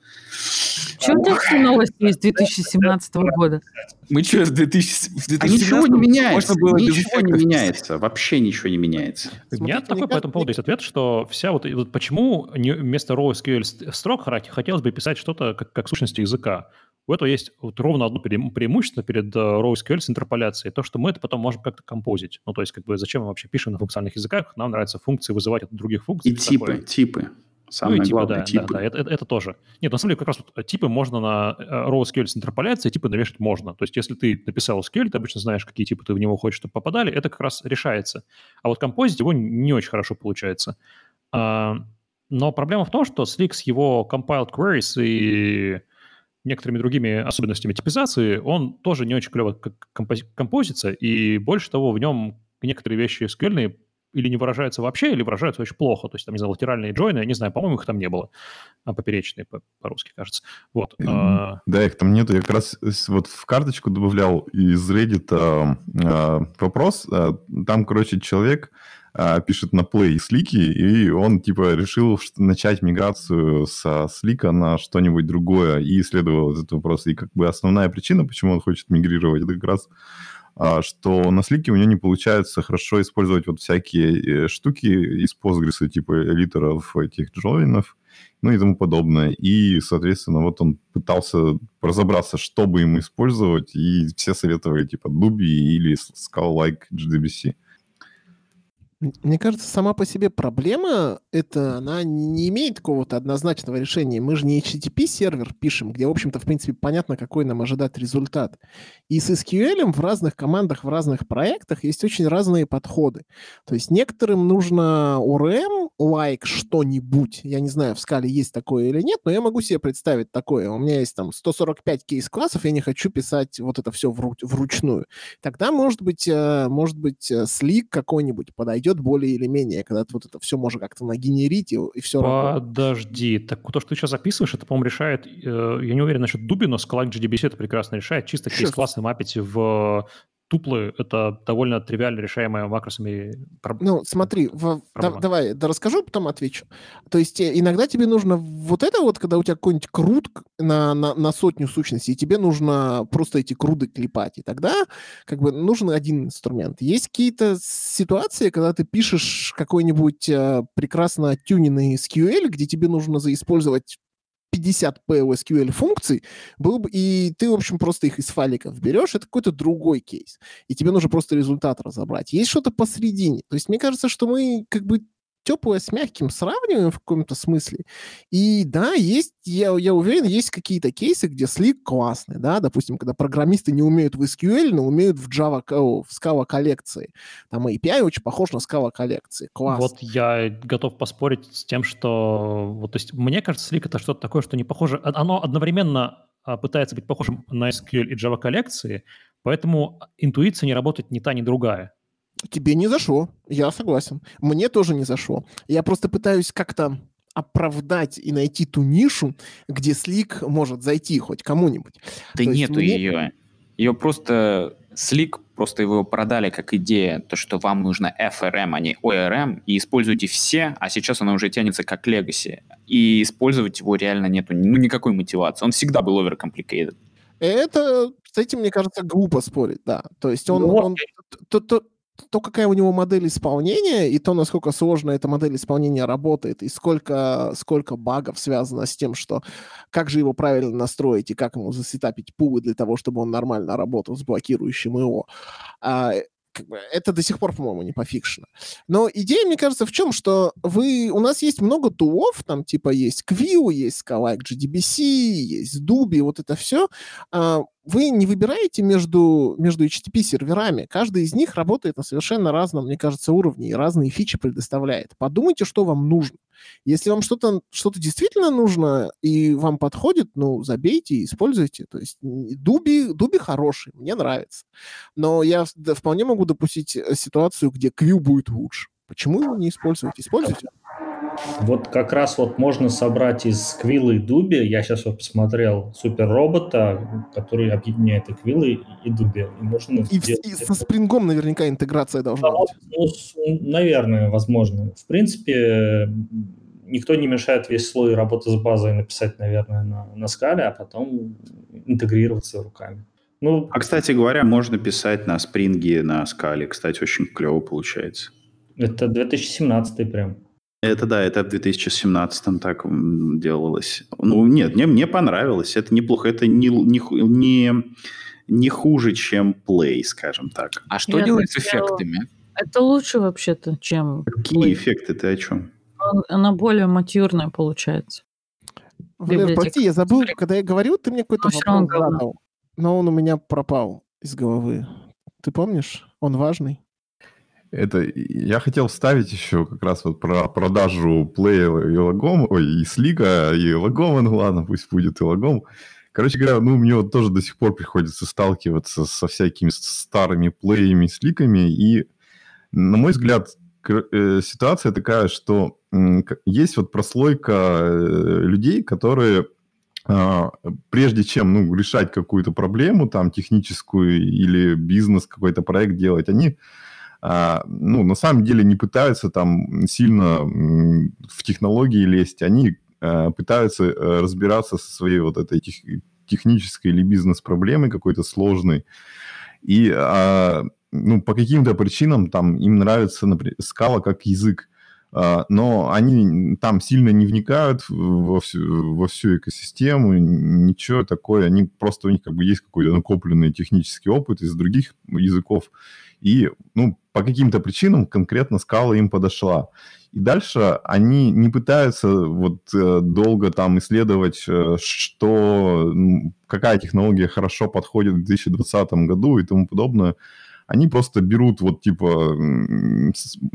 Что у тебя все новости из 2017 года? Мы что, в 2017 ничего не меняется. Ничего не меняется. Вообще ничего не меняется. У меня такой по этому поводу есть ответ, что вся вот почему вместо raw SQL строк хотелось бы писать что-то как сущности языка. У этого есть вот ровно одно преимущество перед raw SQL с интерполяцией. То, что мы это потом можем как-то композить. Ну, то есть, как бы, зачем мы вообще пишем на функциональных языках? Нам нравится функции вызывать от других функций. И типы. Самое главное, типы. Да, это тоже. Нет, на самом деле, как раз вот типы можно на raw SQL с интерполяцией, типы навешать можно. То есть, если ты написал SQL, ты обычно знаешь, какие типы ты в него хочешь, чтобы попадали, это как раз решается. А вот композить его не очень хорошо получается. Но проблема в том, что Slick с его compiled queries и некоторыми другими особенностями типизации, он тоже не очень клево композится, и больше того, в нем некоторые вещи SQL-ные или не выражаются вообще, или выражаются очень плохо. То есть, там, не знаю, латеральные джойны, я не знаю, по-моему, их там не было. Поперечные по-русски, кажется. Вот. Да, их там нету. Я как раз вот в карточку добавлял из Reddit вопрос. Там, короче, человек пишет на Play слики, и он, типа, решил начать миграцию со слика на что-нибудь другое, и исследовал этот вопрос. И как бы основная причина, почему он хочет мигрировать, это как раз что на слике у него не получается хорошо использовать вот всякие штуки из Postgres, типа литеров этих джойнов, ну и тому подобное. И, соответственно, вот он пытался разобраться, что бы ему использовать, и все советовали типа Dubi или Scala-like JDBC. Мне кажется, сама по себе проблема, она не имеет какого-то однозначного решения. Мы же не HTTP-сервер пишем, где, в общем-то, в принципе, понятно, какой нам ожидать результат. И с SQL в разных командах, в разных проектах есть очень разные подходы. То есть некоторым нужно ORM-like что-нибудь. Я не знаю, в Scala есть такое или нет, но я могу себе представить такое. У меня есть там 145 кейс-классов, я не хочу писать вот это все вручную. Тогда, может быть, Slick какой-нибудь подойдет более или менее, когда ты вот это все можно как-то нагенерить, и все работает. Подожди, так то, что ты сейчас записываешь, это, по-моему, решает, я не уверен насчет Dubi, но Scala JDBC это прекрасно решает, чисто кейс-классы мапить в туплы, это довольно тривиально решаемая макросами проблема. Ну, смотри, давай расскажу, потом отвечу. То есть иногда тебе нужно вот это вот, когда у тебя какой-нибудь крут на сотню сущностей, и тебе нужно просто эти круды клепать, и тогда как бы нужен один инструмент. Есть какие-то ситуации, когда ты пишешь какой-нибудь прекрасно тюненный SQL, где тебе нужно заиспользовать 50 POSQL функций, и ты, в общем, просто их из файликов берешь, это какой-то другой кейс. И тебе нужно просто результат разобрать. Есть что-то посередине. То есть мне кажется, что мы как бы теплое с мягким сравниваем в каком-то смысле. И да, есть, я уверен, есть какие-то кейсы, где Slick классный, да, допустим, когда программисты не умеют в SQL, но умеют в Scala коллекции. Там API очень похож на Scala коллекции. Класс. Вот я готов поспорить с тем, что... Вот, то есть мне кажется, Slick это что-то такое, что не похоже... Оно одновременно пытается быть похожим на SQL и Java коллекции, поэтому интуиция не работает ни та, ни другая. Тебе не зашло, я согласен. Мне тоже не зашло. Я просто пытаюсь как-то оправдать и найти ту нишу, где Slick может зайти хоть кому-нибудь. Да нету ее. Ее просто... Slick, просто его продали как идея, то, что вам нужно FRM, а не ORM, и используйте все, а сейчас оно уже тянется как Legacy. И использовать его реально нету никакой мотивации. Он всегда был overcomplicated. Это, с этим, мне кажется, глупо спорить, да. То есть то, какая у него модель исполнения, и то, насколько сложно эта модель исполнения работает, и сколько багов связано с тем, что как же его правильно настроить, и как ему засетапить пулы для того, чтобы он нормально работал с блокирующим ИО. Это до сих пор, по-моему, не пофикшено. Но идея, мне кажется, в чем, что у нас есть много тулов, там типа есть Quill, есть Scala-like JDBC, есть Dubi, вот это все. Вы не выбираете между HTTP-серверами. Каждый из них работает на совершенно разном, мне кажется, уровне и разные фичи предоставляет. Подумайте, что вам нужно. Если вам что-то действительно нужно и вам подходит, забейте и используйте. То есть Dubi хороший, мне нравится. Но я вполне могу допустить ситуацию, где Quill будет лучше. Почему его не использовать? Используйте. Вот как раз вот можно собрать из Quill и Dubi. Я сейчас вот посмотрел суперробота, который объединяет и Quill, и Dubi. И со Spring наверняка интеграция должна быть. Наверное, возможно. В принципе, никто не мешает весь слой работы с базой написать, наверное, на Scala, а потом интегрироваться руками. Кстати говоря, можно писать на Spring, на Scala. Кстати, очень клево получается. Это 2017 прям. Это да, это в 2017-м так делалось. Нет, мне понравилось, это неплохо, это не хуже, чем Play, скажем так. А что делать с эффектами? Это лучше вообще-то, чем Какие Play. Эффекты, ты о чем? Она более матюрная получается. Валер, прости, я забыл, когда я говорил, ты мне какой-то вопрос задал, но он у меня пропал из головы. Ты помнишь? Он важный. Я хотел вставить еще как раз вот про продажу Play и Lagom, и Слика, и Lagom, ладно, пусть будет и Lagom. Короче говоря, ну, мне вот тоже до сих пор приходится сталкиваться со всякими старыми плеями, сликами, и, на мой взгляд, ситуация такая, что есть вот прослойка людей, которые прежде чем решать какую-то проблему, там, техническую или бизнес, какой-то проект делать, они на самом деле не пытаются там сильно в технологии лезть, они пытаются разбираться со своей вот этой технической или бизнес-проблемой какой-то сложной. И по каким-то причинам там им нравится, например, Scala как язык, но они там сильно не вникают во всю экосистему, ничего такое. Они просто, у них как бы есть какой-то накопленный технический опыт из других языков. И по каким-то причинам конкретно Scala им подошла. И дальше они не пытаются долго там исследовать, какая технология хорошо подходит в 2020 году и тому подобное. Они просто берут делают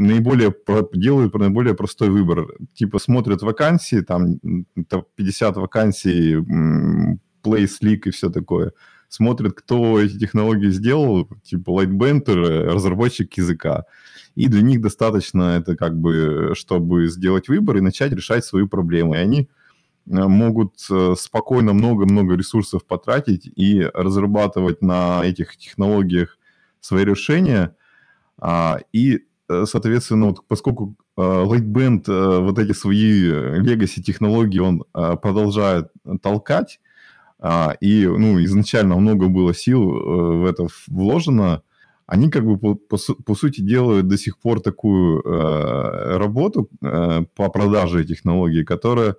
наиболее простой выбор. Смотрят вакансии, там 50 вакансий, Play Slick и все такое. Смотрят, кто эти технологии сделал, Lightbend, разработчик языка. И для них достаточно это чтобы сделать выбор и начать решать свою проблему. И они могут спокойно много-много ресурсов потратить и разрабатывать на этих технологиях свои решения. И, соответственно, поскольку Lightbend эти свои legacy-технологии он продолжает толкать, и изначально много было сил в это вложено, они по сути делают до сих пор такую работу по продаже технологий, которая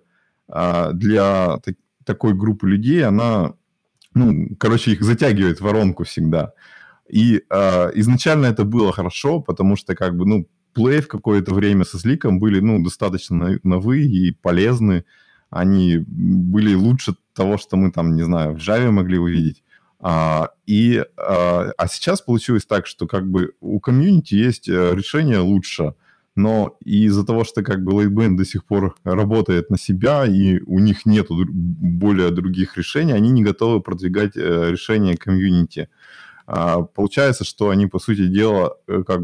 для такой группы людей, она, их затягивает в воронку всегда. И изначально это было хорошо, потому что Play в какое-то время со Сликом были достаточно новые и полезны. Они были лучше того, что мы там, не знаю, в Java могли увидеть. А сейчас получилось так, что у комьюнити есть решение лучше, но из-за того, что Lightbend до сих пор работает на себя, и у них нет более других решений, они не готовы продвигать решения комьюнити. Получается, что они, по сути дела,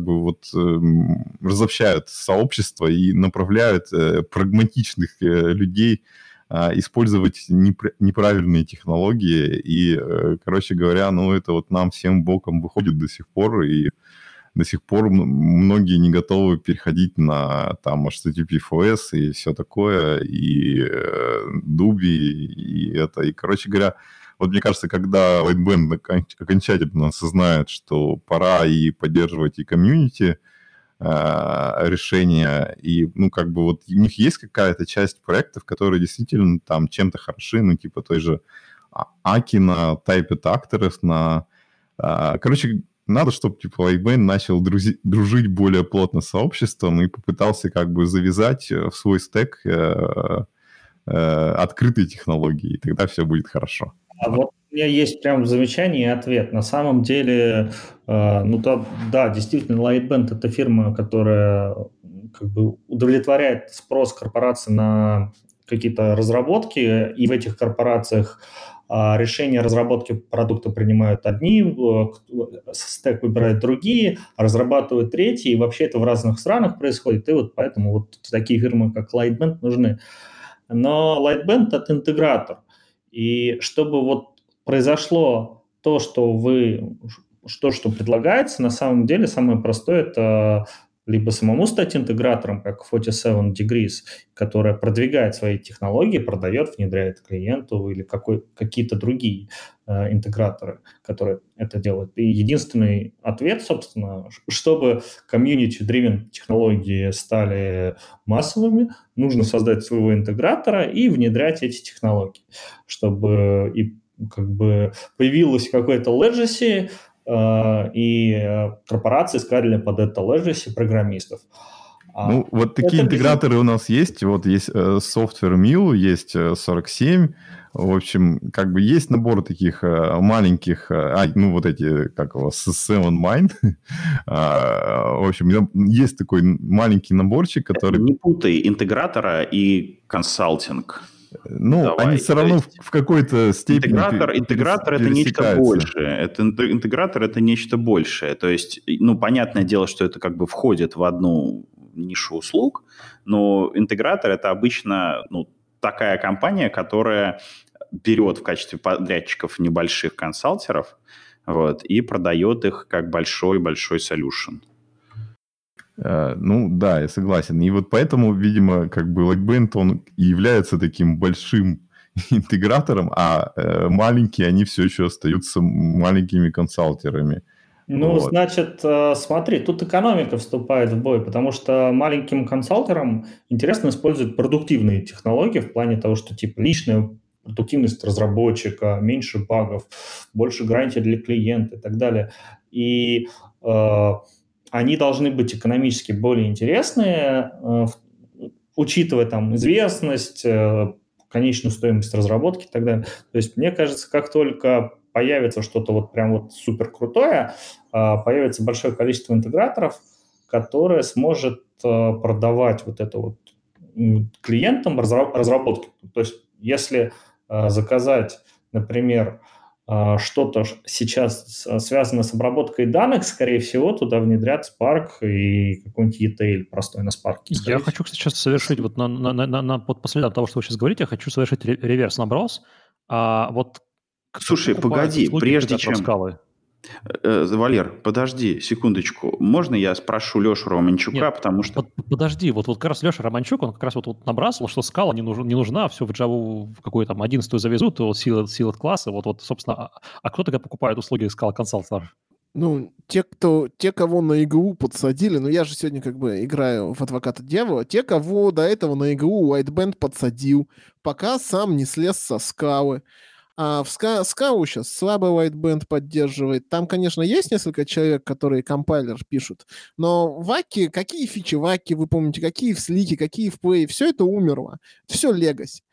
разобщают сообщество и направляют прагматичных людей использовать неправильные технологии. И, короче говоря, это нам всем боком выходит до сих пор, и до сих пор многие не готовы переходить на там HTTP/FOS и все такое, и Dubi, и это. И, короче говоря, мне кажется, когда Lightbend окончательно осознает, что пора и поддерживать и комьюнити решения, и, у них есть какая-то часть проектов, которые действительно там чем-то хороши, той же Аки на Typed Actors, надо, чтобы Lightbend начал дружить более плотно с сообществом и попытался завязать в свой стек открытые технологии, и тогда все будет хорошо. А вот у меня есть прям замечание и ответ. На самом деле, действительно, Lightbend – это фирма, которая удовлетворяет спрос корпораций на какие-то разработки, и в этих корпорациях решения разработки продукта принимают одни, стек выбирают другие, разрабатывают третьи, и вообще это в разных странах происходит, и поэтому такие фирмы, как Lightbend, нужны. Но Lightbend – это интегратор. И чтобы произошло то, что предлагается, на самом деле самое простое – это либо самому стать интегратором, как 47 Degrees, которая продвигает свои технологии, продает, внедряет клиенту, или какие-то другие интеграторы, которые это делают. И единственный ответ, собственно, чтобы community-driven технологии стали массовыми, нужно создать своего интегратора и внедрять эти технологии, чтобы появилось какое-то legacy, и корпорации искали под это legacy программистов. Такие интеграторы у нас есть. Есть Software Mill, есть 47. В общем, есть набор таких маленьких, эти, 7 Mind. В общем, есть такой маленький наборчик, который... Не путай интегратора и консалтинг. Ну, Давай. они все То равно есть в какой-то степени интегратор это нечто пересекаются. большее. Интегратор это нечто большее. То есть, ну, понятное дело, что это как бы входит в одну нишу услуг, но интегратор это обычно, ну, такая компания, которая берет в качестве подрядчиков небольших консалтеров, вот, и продает их как большой-большой solution. Ну, да, я согласен. И вот поэтому, видимо, как бы Lightband, он и является таким большим интегратором, а маленькие, они все еще остаются маленькими консалтерами. Ну, Вот. значит, смотри, тут экономика вступает в бой, потому что маленьким консалтерам интересно использовать продуктивные технологии в плане того, что типа личная продуктивность разработчика, меньше багов, больше гарантий для клиента и так далее. И они должны быть экономически более интересные, учитывая там известность, конечную стоимость разработки и так далее. То есть, мне кажется, как только появится что-то вот прям вот супер крутое, появится большое количество интеграторов, которое сможет продавать вот это вот клиентам разработки. То есть, если заказать, например, что-то сейчас связано с обработкой данных, скорее всего, туда внедрят Spark и какой-нибудь ETL простой на Spark. Я хочу, кстати, сейчас совершить, вот по следам того, что вы сейчас говорите, я хочу совершить реверс-наброс. Вот Слушай, погоди, прежде чем... Скалы? Валер, подожди секундочку. Можно я спрошу Лешу Романчука, Нет, потому что... Подожди, вот как раз Леша Романчук, он как раз вот набрасывал, что скала не нужна, все в Java в какую-то там 11-ю завезут, вот силы класса, вот, собственно, кто тогда покупает услуги Scala Consultant? Ну, те, кого на ИГУ подсадили, ну, я же сегодня как бы играю в адвоката дьявола, те, кого до этого на ИГУ Whiteband подсадил, пока сам не слез со скалы. А в скалу сейчас слабо Whiteband поддерживает. Там, конечно, есть несколько человек, которые компайлер пишут, но в Аки, какие фичи в Аки, вы помните, какие в Слике, какие в Play, все это умерло. Все легаси.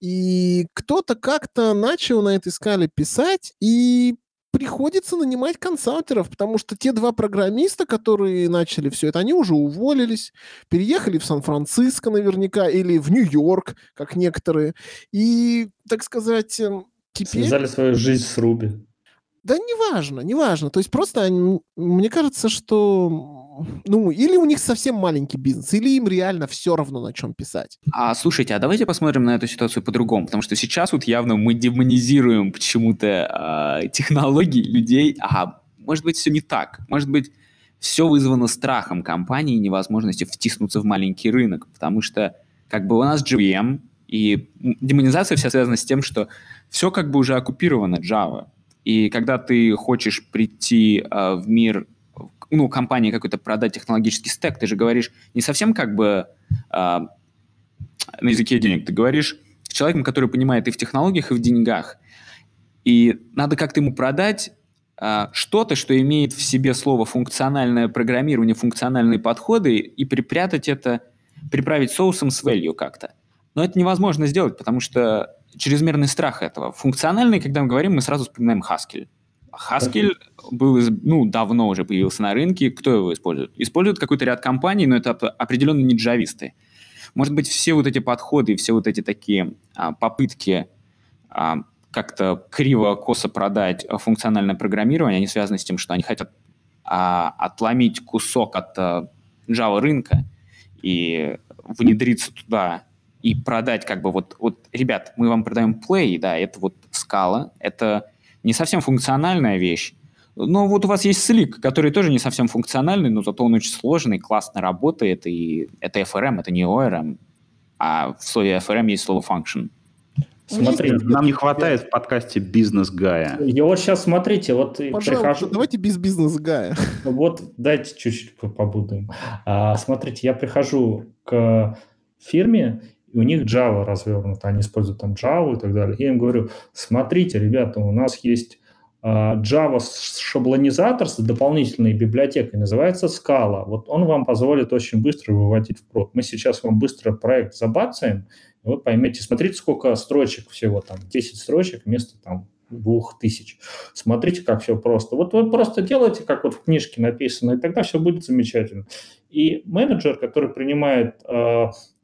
И кто-то как-то начал на этой скале писать, и приходится нанимать консалтеров, потому что те два программиста, которые начали все это, они уже уволились, переехали в Сан-Франциско наверняка или в Нью-Йорк, как некоторые. И, так сказать, теперь... Связали свою жизнь с Ruby. Да неважно. То есть просто мне кажется, что ну, или у них совсем маленький бизнес, или им реально все равно, на чем писать. Слушайте, а давайте посмотрим на эту ситуацию по-другому, потому что сейчас вот явно мы демонизируем почему-то технологии людей, а может быть все не так. Может быть все вызвано страхом компании и невозможностью втиснуться в маленький рынок, потому что как бы у нас JVM, и демонизация вся связана с тем, что все как бы уже оккупировано Java. И когда ты хочешь прийти в мир, ну, компании какой-то продать технологический стек, ты же говоришь не совсем как бы на языке денег, ты говоришь с человеком, который понимает и в технологиях, и в деньгах. И надо как-то ему продать что-то, что имеет в себе слово функциональное программирование, функциональные подходы, и припрятать это, приправить соусом с value как-то. Но это невозможно сделать, потому что чрезмерный страх этого. Функциональный, когда мы говорим, мы сразу вспоминаем Haskell. Haskell был, давно уже появился на рынке. Кто его использует? Использует какой-то ряд компаний, но это определенно не джависты. Может быть, все вот эти подходы, все вот эти такие попытки как-то криво-косо продать функциональное программирование, они связаны с тем, что они хотят отломить кусок от Java рынка и внедриться туда и продать как бы вот, ребят, мы вам продаем Play, да, это вот Scala, это не совсем функциональная вещь, но вот у вас есть Slick, который тоже не совсем функциональный, но зато он очень сложный, классно работает, и это FRM, это не ORM, а в слове FRM есть слово function. Смотри, нам не хватает в подкасте бизнес-гая. И вот сейчас смотрите, вот пожалуйста, давайте без бизнес-гая. Вот дайте чуть-чуть побудем. Смотрите, я прихожу к фирме, и у них Java развернута, они используют там Java и так далее. Я им говорю, смотрите, ребята, у нас есть Java шаблонизатор с дополнительной библиотекой, называется Scala. Вот он вам позволит очень быстро выводить в прод. Мы сейчас вам быстро проект забацаем, и вы поймете, смотрите, сколько строчек всего, там 10 строчек вместо там 2000. Смотрите, как все просто. Вот вы просто делаете, как вот в книжке написано, и тогда все будет замечательно. И менеджер, который принимает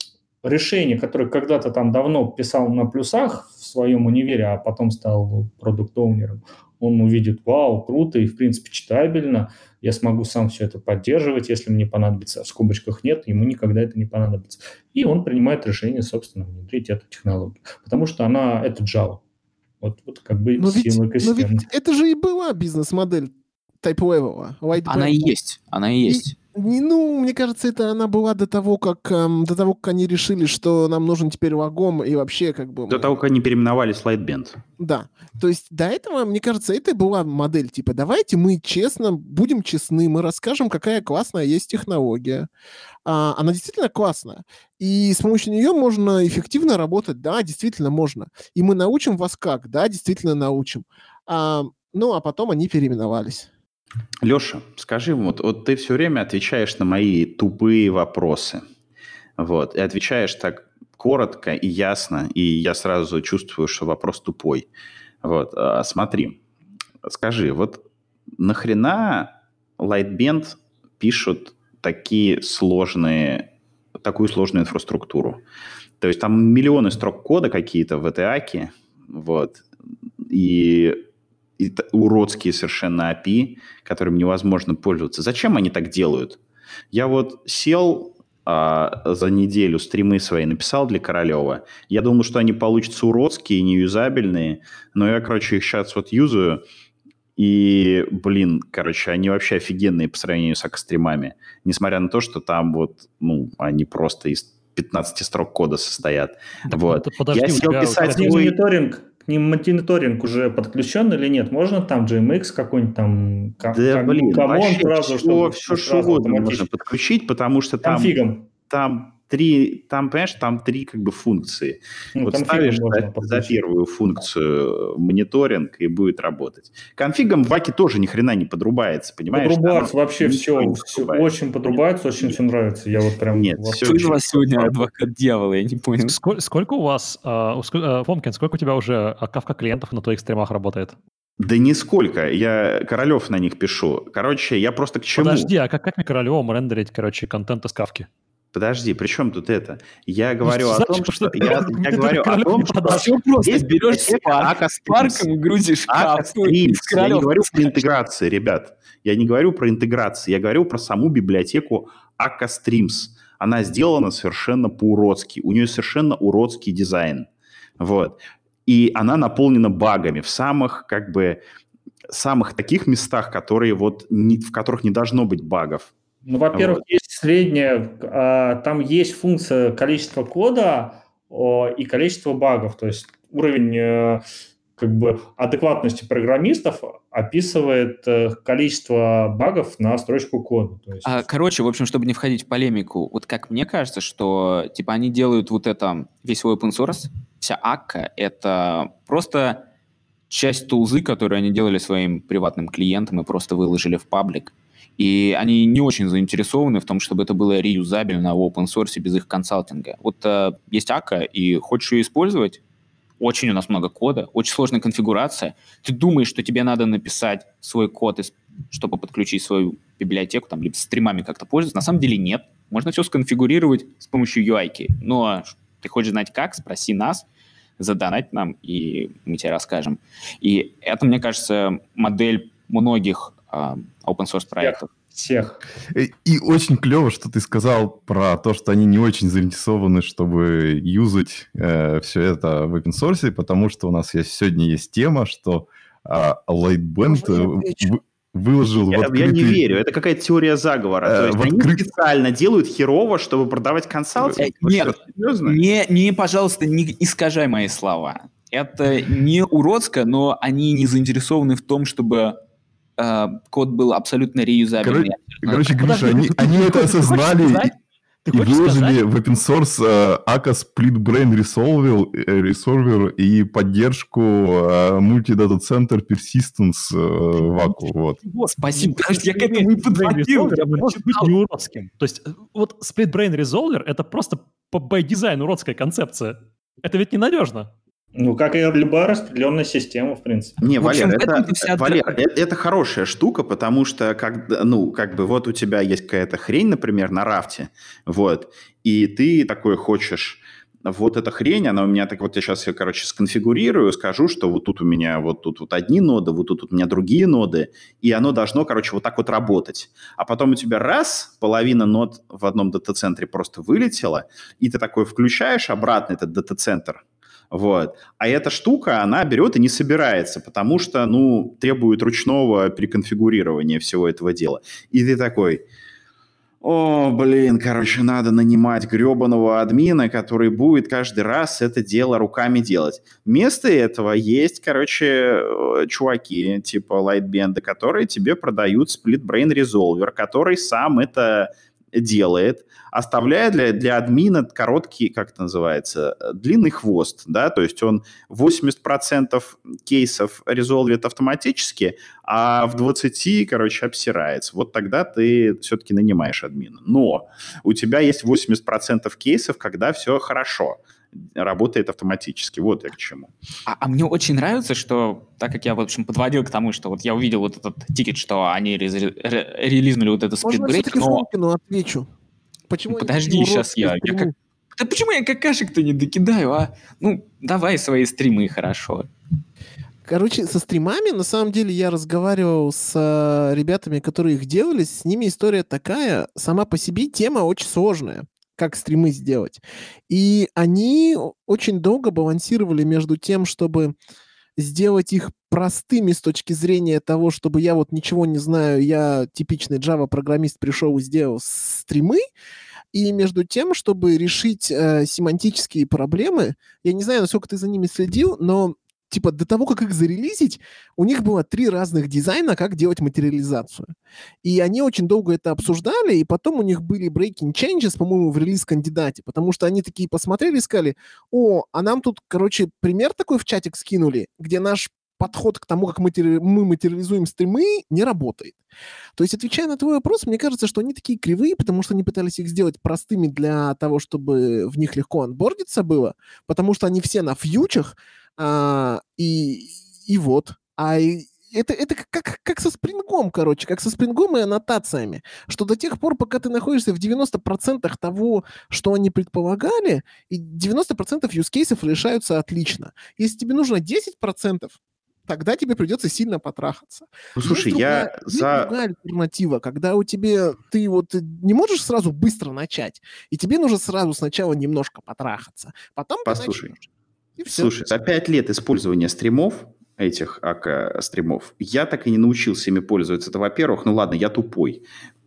решение, которое когда-то там давно писал на плюсах в своем универе, а потом стал продукт-оунером, он увидит, вау, круто и, в принципе, читабельно, я смогу сам все это поддерживать, если мне понадобится. В скобочках нет, ему никогда это не понадобится. И он принимает решение, собственно, внедрить эту технологию. Потому что это Java. Вот как бы сила экосистемы. Но ведь это же и была бизнес-модель TypeWave. Она и есть. Мне кажется, она была до того, как они решили, что нам нужен теперь лагом, и вообще как бы... До того, как они переименовали Lightbend. Да. То есть до этого, мне кажется, это была модель типа давайте мы будем честны, мы расскажем, какая классная есть технология. Она действительно классная. И с помощью нее можно эффективно работать. Да, действительно можно. И мы научим вас как? Да, действительно научим. А потом они переименовались. Леша, скажи, вот ты все время отвечаешь на мои тупые вопросы. И отвечаешь так коротко и ясно, и я сразу чувствую, что вопрос тупой. Смотри, скажи, нахрена Lightbend пишут такую сложную инфраструктуру? То есть там миллионы строк кода какие-то в этой API, и уродские совершенно API, которым невозможно пользоваться. Зачем они так делают? Я сел за неделю, стримы свои написал для Королева. Я думал, что они получатся уродские, неюзабельные, но я, их сейчас юзаю, и, они вообще офигенные по сравнению с акостримами. Несмотря на то, что там они просто из 15 строк кода состоят. Подожди, я сел писать К ним мониторинг уже подключен или нет? Можно там GMX какой-нибудь там... вообще все что угодно можно подключить, потому что там три функции. Ставишь за первую функцию мониторинг, и будет работать. Конфигом в Аке тоже ни хрена не подрубается, понимаешь? Подрубается вообще все. Очень подрубается, очень все нравится. Я прям... Нет, кто из вас сегодня адвокат дьявола, я не понял. Сколько у вас, Фомкин, сколько у тебя уже Kafka клиентов на твоих стримах работает? Да нисколько. Я Королев на них пишу. Я просто к чему? Подожди, а как мне Королевым рендерить, контент из Kafka? Подожди, при чем тут это? Я говорю о том, что... Я говорю о том, что... Все просто берешь Spark и грузишь Kafka. Я не говорю про интеграции, ребят. Я не говорю про интеграции. Я говорю про саму библиотеку Akka Streams. Она сделана совершенно по-уродски. У нее совершенно уродский дизайн. И она наполнена багами в самых таких местах, которые в которых не должно быть багов. Во-первых, есть средняя, там есть функция количества кода и количество багов, то есть уровень адекватности программистов описывает количество багов на строчку кода. То есть... в общем, чтобы не входить в полемику, как мне кажется, что они делают весь свой open source, вся Akka — это просто часть тулзы, которую они делали своим приватным клиентам и просто выложили в паблик. И они не очень заинтересованы в том, чтобы это было реюзабельно в open source без их консалтинга. Есть Akka, и хочешь ее использовать, очень у нас много кода, очень сложная конфигурация. Ты думаешь, что тебе надо написать свой код, чтобы подключить свою библиотеку, либо стримами как-то пользоваться. На самом деле нет. Можно все сконфигурировать с помощью UI-ки. Но ты хочешь знать как, спроси нас, задонать нам, и мы тебе расскажем. И это, мне кажется, модель многих open-source проектов. Всех. И очень клево, что ты сказал про то, что они не очень заинтересованы, чтобы юзать все это в open source, потому что у нас сегодня есть тема, что Lightbend выложил в открытый... Я не верю, это какая-то теория заговора. То есть они специально делают херово, чтобы продавать консалтинг? Нет, пожалуйста, не искажай мои слова. Это не уродско, но они не заинтересованы в том, чтобы код был абсолютно реюзабельный. Гриша, они это осознали и выложили в open source Akka Split Brain Resolver и поддержку Multi-Data Center Persistence в Akka. Спасибо, я к этому и подводил. Может быть не уродским. То есть Split Brain Resolver — это просто by design уродская концепция. Это ведь ненадежно. Ну, как и любая распределенная система, в принципе. Не, В общем, Валер, в этом-то вся это хорошая штука, потому что, как бы вот у тебя есть какая-то хрень, например, на рафте, вот, и ты такой хочешь, вот эта хрень, она у меня так вот, я сейчас ее, короче, сконфигурирую, скажу, что вот тут у меня вот тут вот одни ноды, вот тут у меня другие ноды, и оно должно, короче, вот так вот работать. А потом у тебя раз, половина нод в одном дата-центре просто вылетела, и ты такой включаешь обратно этот дата-центр, вот. А эта штука, она берет и не собирается, потому что, ну, требует ручного переконфигурирования всего этого дела. И ты такой, о, блин, короче, надо нанимать гребаного админа, который будет каждый раз это дело руками делать. Вместо этого есть, короче, чуваки типа Lightbend, которые тебе продают Split Brain Resolver, который сам это делает, оставляя для админа короткий, как это называется, длинный хвост, да, то есть он 80% кейсов резолвит автоматически, а в 20, короче, обсирается. Вот тогда ты все-таки нанимаешь админа. Но у тебя есть 80% кейсов, когда все хорошо, работает автоматически. Вот я к чему. А мне очень нравится, что, так как я, в общем, подводил к тому, что вот я увидел вот этот тикет, что они релизнули вот это Можно сплитбрейк, все-таки но... Фомкину отвечу. Почему они Подожди, такие сейчас я уродские стримы? Да почему я какашек-то не докидаю, а? Ну, давай свои стримы, хорошо. Короче, со стримами, на самом деле, я разговаривал с ребятами, которые их делали, с ними история такая, сама по себе тема очень сложная, как стримы сделать. И они очень долго балансировали между тем, чтобы сделать их простыми с точки зрения того, чтобы я вот ничего не знаю, я типичный Java-программист, пришел и сделал стримы, и между тем, чтобы решить семантические проблемы, я не знаю, насколько ты за ними следил, но типа до того, как их зарелизить, у них было 3 разных дизайна, как делать материализацию. И они очень долго это обсуждали, и потом у них были breaking changes, по-моему, в релиз-кандидате, потому что они такие посмотрели и сказали, о, а нам тут, короче, пример такой в чатик скинули, где наш подход к тому, как мы материализуем стримы, не работает. То есть, отвечая на твой вопрос, мне кажется, что они такие кривые, потому что они пытались их сделать простыми для того, чтобы в них легко анбордиться было, потому что они все на фьючах, и вот. Это как со спрингом, короче, как со спрингом и аннотациями, что до тех пор, пока ты находишься в 90% того, что они предполагали, и 90% юзкейсов решаются отлично. Если тебе нужно 10%, тогда тебе придется сильно потрахаться. Ну, слушай, Есть другая альтернатива, когда у тебя ты вот не можешь сразу быстро начать, и тебе нужно сразу сначала немножко потрахаться, потом Послушай. ты начнешь. И все. Слушай, за 5 лет использования стримов, этих АК-стримов, я так и не научился ими пользоваться. Это, во-первых, ну ладно, я тупой.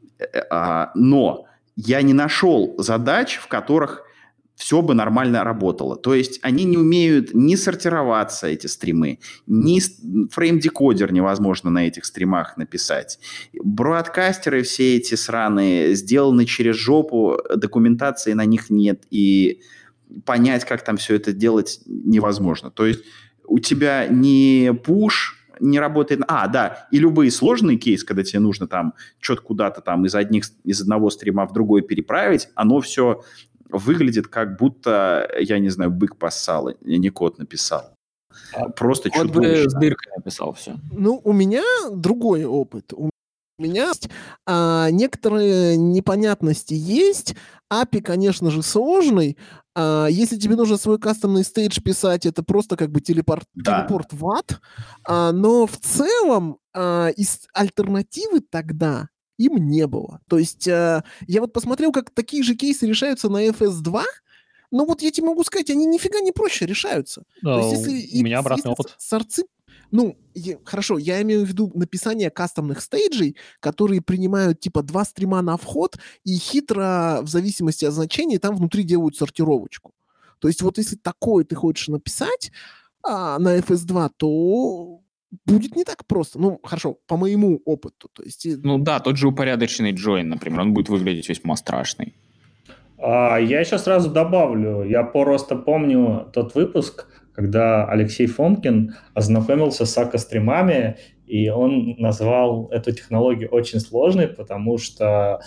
Но я не нашел задач, в которых все бы нормально работало. То есть они не умеют ни сортироваться, эти стримы, ни фрейм-декодер невозможно на этих стримах написать. Бродкастеры все эти сраные сделаны через жопу, документации на них нет, и понять, как там все это делать, невозможно. То есть у тебя не пуш не работает... да, и любые сложные кейсы, когда тебе нужно там что-то куда-то там из одного стрима в другой переправить, оно все выглядит как будто, я не знаю, бык поссал, не кот написал. Просто Кот чудовищно. бы с дыркой написал все. Ну, у меня другой опыт. У меня некоторые непонятности есть. API, конечно же, сложный. Если тебе нужно свой кастомный стейдж писать, это просто как бы телепорт в ад. Но в целом из альтернативы тогда им не было. То есть я вот посмотрел, как такие же кейсы решаются на FS2, но вот я тебе могу сказать, они нифига не проще решаются. Да, То есть, если у меня обратный опыт. Сорцы... хорошо, я имею в виду написание кастомных стейджей, которые принимают типа 2 стрима на вход и хитро, в зависимости от значения, там внутри делают сортировочку. То есть вот если такое ты хочешь написать на FS2, то будет не так просто. Ну, хорошо, по моему опыту. То есть... Ну да, тот же упорядоченный join, например, он будет выглядеть весьма страшный. Я еще сразу добавлю, я просто помню тот выпуск, когда Алексей Фомкин ознакомился с АК-стримами, и он назвал эту технологию очень сложной, потому что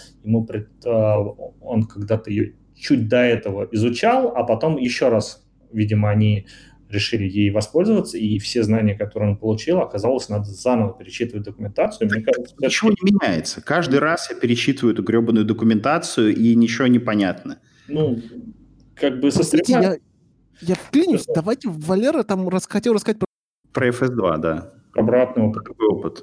он когда-то ее чуть до этого изучал, а потом еще раз, видимо, они решили ей воспользоваться, и все знания, которые он получил, оказалось, надо заново перечитывать документацию. Мне кажется, Ничего не меняется. Каждый раз я перечитываю эту гребаную документацию, и ничего не понятно. ну, как бы со Простите, стрима... я вклинюсь. Давайте Валера там хотел рассказать Про FS2, да. Обратный опыт. Какой опыт?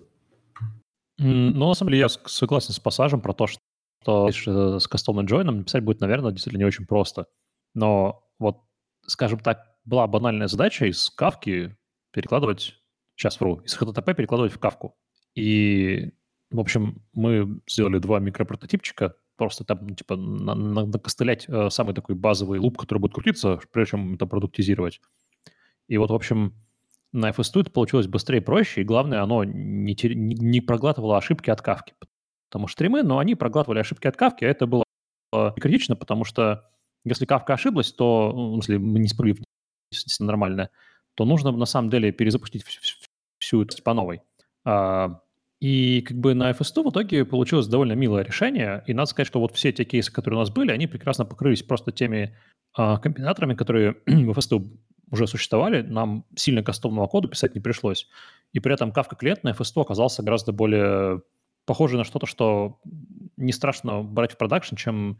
Ну, на самом деле, я согласен с пассажем про то, что с кастомным джойном написать будет, наверное, действительно не очень просто. Но вот, скажем так, была банальная задача из Кавки перекладывать, сейчас вру, из HTTP перекладывать в Кавку. И, в общем, мы сделали 2 микропрототипчика, просто там, типа, накостылять самый такой базовый луп, который будет крутиться, прежде чем это продуктизировать. И вот, в общем, на FS2 это получилось быстрее и проще, и главное, оно не проглатывало ошибки от Кавки. Потому что стримы, но они проглатывали ошибки от Кавки, а это было критично, потому что если Кавка ошиблась, то, если мы не спрыгнули нормально, то нужно на самом деле перезапустить всю эту по новой. И как бы на FS2 в итоге получилось довольно милое решение, и надо сказать, что вот все те кейсы, которые у нас были, они прекрасно покрылись просто теми комбинаторами, которые в FS2 уже существовали, нам сильно кастомного кода писать не пришлось. И при этом Kafka клиент на FS2 оказался гораздо более похожий на что-то, что не страшно брать в продакшн, чем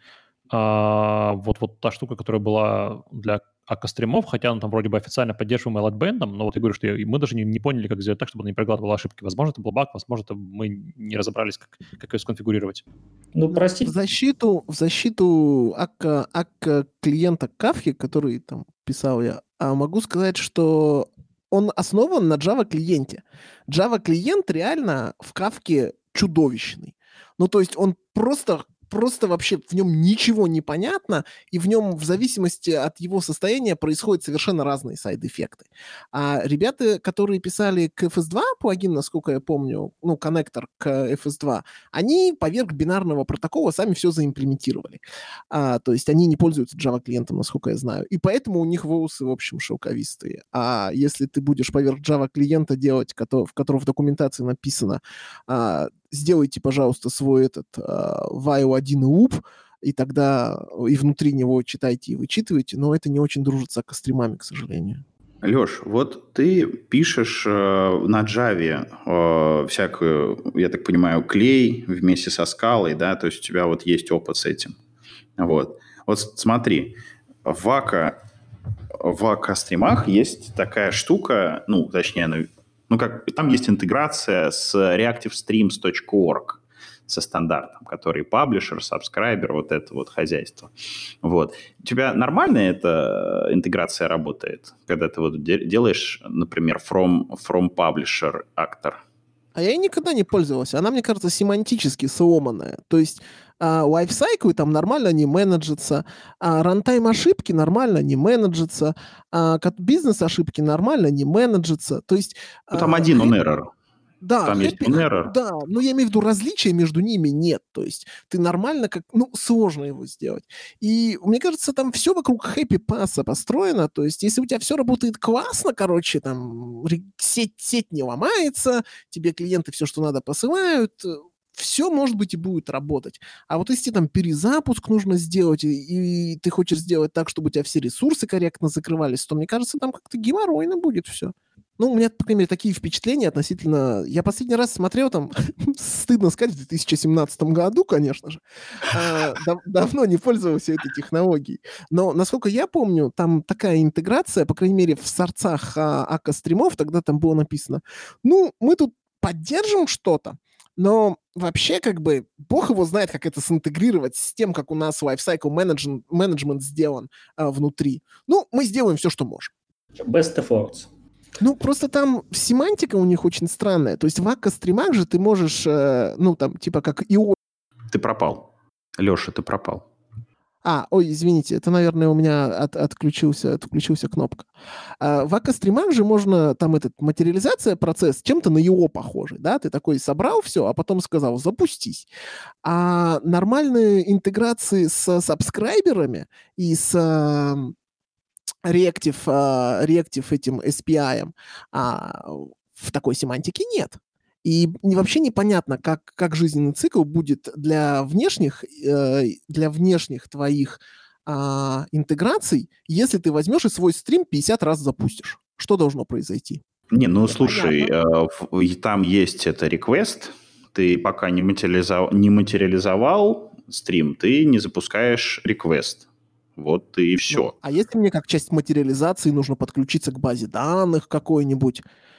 вот та штука, которая была для АК-стримов, хотя она там вроде бы официально поддерживаемая лайтбендом, но вот я говорю, что мы даже не поняли, как сделать так, чтобы она не проглатывала ошибки. Возможно, это был баг, возможно, это мы не разобрались, как ее сконфигурировать. Ну, простите. В защиту клиента Kafka, который там писал я, могу сказать, что он основан на Java-клиенте. Java-клиент реально в Kafka чудовищный. Ну, то есть он просто вообще в нем ничего не понятно, и в нем в зависимости от его состояния происходят совершенно разные сайд-эффекты. А ребята, которые писали к FS2 плагин, насколько я помню, ну, коннектор к FS2, они поверх бинарного протокола сами все заимплементировали. То есть они не пользуются Java-клиентом, насколько я знаю. И поэтому у них волосы, в общем, шелковистые. А если ты будешь поверх Java-клиента делать, в котором в документации написано сделайте, пожалуйста, свой этот while 1 loop, и тогда и внутри него читайте и вычитывайте, но это не очень дружит с АК-стримами, к сожалению. Леш, вот ты пишешь на Java всякую, я так понимаю, клей вместе со скалой, да, то есть у тебя вот есть опыт с этим. Вот смотри, в АК-стримах есть такая штука, ну, точнее, там есть интеграция с reactivestreams.org, со стандартом, который паблишер, сабскрайбер, вот это вот хозяйство. Вот. У тебя нормально эта интеграция работает, когда ты вот делаешь, например, from publisher actor? А я ей никогда не пользовался. Она, мне кажется, семантически сломанная. То есть лайфсайклы там нормально не менеджатся, рантайм ошибки нормально не менеджатся, бизнес-ошибки нормально не менеджатся. То есть... там один on error. Да, там есть on error. Да, но я имею в виду, различия между ними нет. То есть ты нормально сложно его сделать. И мне кажется, там все вокруг happy pass построено. То есть если у тебя все работает классно, короче, там сеть не ломается, тебе клиенты все, что надо, посылают, все, может быть, и будет работать. А вот если там перезапуск нужно сделать, и ты хочешь сделать так, чтобы у тебя все ресурсы корректно закрывались, то, мне кажется, там как-то геморройно будет все. Ну, у меня, по крайней мере, такие впечатления относительно... Я последний раз смотрел там, стыдно сказать, в 2017 году, конечно же. Давно не пользовался этой технологией. Но, насколько я помню, там такая интеграция, по крайней мере, в сорцах АК-стримов, тогда там было написано, ну, мы тут поддержим что-то, но вообще, как бы, бог его знает, как это синтегрировать с тем, как у нас lifecycle management сделан внутри. Ну, мы сделаем все, что можем. Best efforts. Ну, просто там семантика у них очень странная. То есть в АК-стримах же ты можешь, там, типа как ИО... Ты пропал. Леша, ты пропал. Ой, извините, это, наверное, у меня отключился кнопка. В АК-стримах же можно, там материализация процесс чем-то на ИО похожий, да? Ты такой собрал все, а потом сказал запустись. А нормальные интеграции с сабскрайберами и с... реактив этим SPI в такой семантике нет. И вообще непонятно, как жизненный цикл будет для внешних твоих интеграций, если ты возьмешь и свой стрим 50 раз запустишь? Что должно произойти? Не, ну слушай, там есть это request, ты пока не материализовал стрим, ты не запускаешь request. Вот и все. Ну, а если мне как часть материализации нужно подключиться к базе данных какой-нибудь,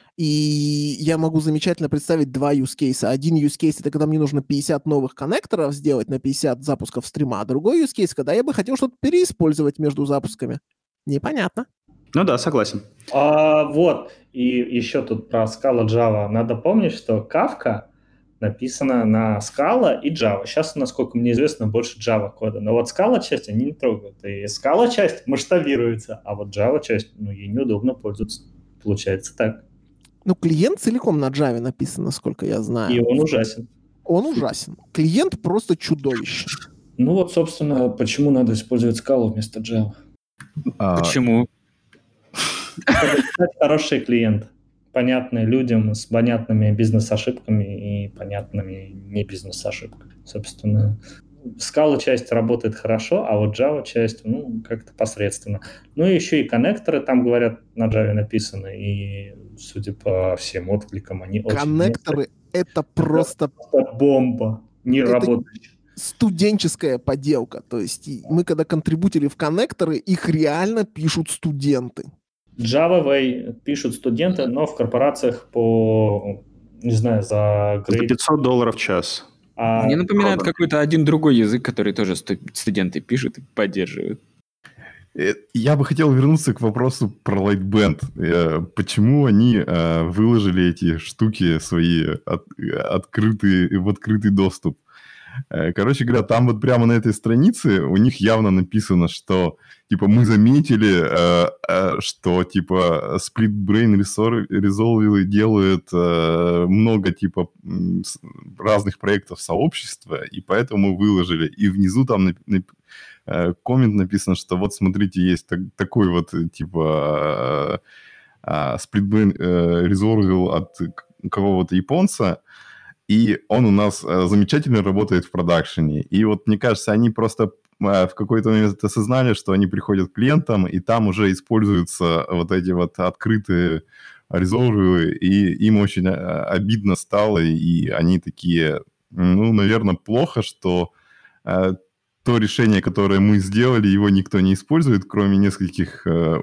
и я могу замечательно представить два use case. Один use case — это когда мне нужно 50 новых коннекторов сделать на 50 запусков стрима, а другой use case — когда я бы хотел что-то переиспользовать между запусками. Непонятно. Ну да, согласен. Вот, и еще тут про Scala Java. Надо помнить, что Kafka написана на Scala и Java. Сейчас, насколько мне известно, больше Java кода. Но вот Scala часть они не трогают. И Scala часть масштабируется, а вот Java часть, ей неудобно пользоваться. Получается так. Ну, клиент целиком на Java написан, насколько я знаю. И он ужасен. Он ужасен. Клиент просто чудовище. Ну вот, собственно, почему надо использовать Scala вместо Java. Почему? Это хороший клиент. Понятный людям, с понятными бизнес-ошибками и понятными не бизнес-ошибками. Собственно, Scala часть работает хорошо, а вот Java часть, как-то посредственно. Ну и еще и коннекторы там, говорят, на Java написаны, и, судя по всем откликам, они очень... Коннекторы — это просто... бомба, не работающая. Студенческая поделка. То есть мы, когда контрибутили в коннекторы, их реально пишут студенты. Java пишут студенты, но в корпорациях по, не знаю, за $500 в час. Мне напоминает какой-то один другой язык, который тоже студенты пишут и поддерживают. Я бы хотел вернуться к вопросу про Lightband. Почему они выложили эти штуки свои открытые, в открытый доступ? Короче говоря, там вот прямо на этой странице у них явно написано, что, типа, мы заметили, что, типа, Split Brain Resolve делает много, типа, разных проектов сообщества, и поэтому выложили. И внизу там коммент написано, что вот, смотрите, есть такой вот, типа, Split Brain Resolve от какого-то японца, и он у нас замечательно работает в продакшене. И вот, мне кажется, они просто в какой-то момент осознали, что они приходят к клиентам, и там уже используются вот эти вот открытые резолверы, и им очень обидно стало, и они такие, наверное, плохо, что то решение, которое мы сделали, его никто не использует, кроме нескольких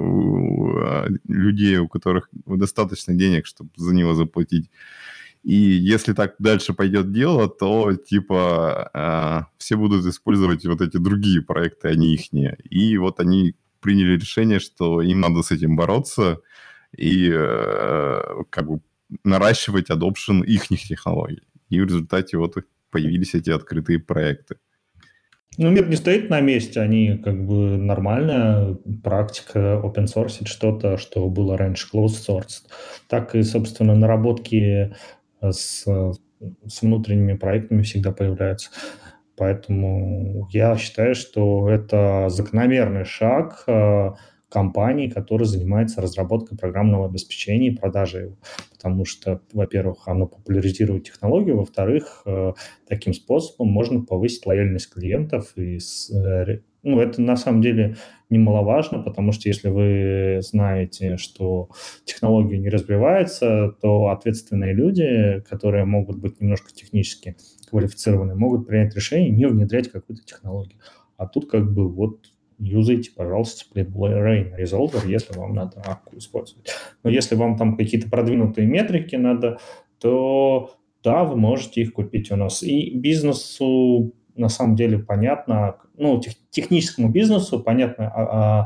людей, у которых достаточно денег, чтобы за него заплатить. И если так дальше пойдет дело, то, типа, все будут использовать вот эти другие проекты, а не ихние. И вот они приняли решение, что им надо с этим бороться и как бы наращивать adoption ихних технологий. И в результате вот появились эти открытые проекты. Мир не стоит на месте, они как бы нормальная практика open-source что-то, что было раньше closed-sourced. Так и, собственно, наработки с внутренними проектами всегда появляются. Поэтому я считаю, что это закономерный шаг компании, которая занимается разработкой программного обеспечения и продажей его. Потому что, во-первых, оно популяризирует технологию, во-вторых, таким способом можно повысить лояльность клиентов. И это на самом деле немаловажно, потому что если вы знаете, что технология не развивается, то ответственные люди, которые могут быть немножко технически квалифицированы, могут принять решение не внедрять какую-то технологию. А тут как бы вот юзайте, пожалуйста, Split Brain Resolver, если вам надо арку использовать. Но если вам там какие-то продвинутые метрики надо, то да, вы можете их купить у нас. И бизнесу на самом деле понятно, техническому бизнесу понятно,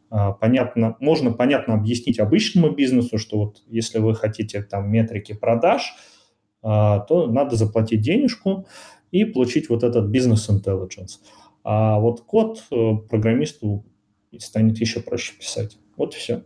можно понятно объяснить обычному бизнесу, что вот если вы хотите там метрики продаж, то надо заплатить денежку и получить вот этот business intelligence. А вот код программисту станет еще проще писать. Вот и все.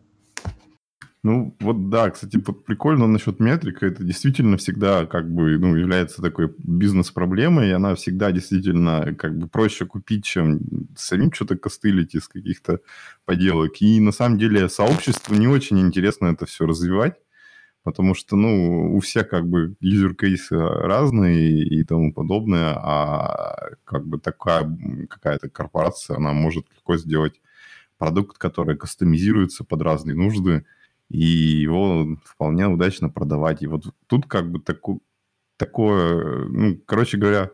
Ну, вот да, кстати, прикольно насчет метрика. Это действительно всегда как бы, является такой бизнес-проблемой, и она всегда действительно как бы проще купить, чем самим что-то костылить из каких-то поделок. И на самом деле сообществу не очень интересно это все развивать, Потому что, у всех как бы юзер-кейсы разные и тому подобное, а как бы такая какая-то корпорация, она может легко сделать продукт, который кастомизируется под разные нужды, и его вполне удачно продавать. И вот тут как бы такое, короче говоря,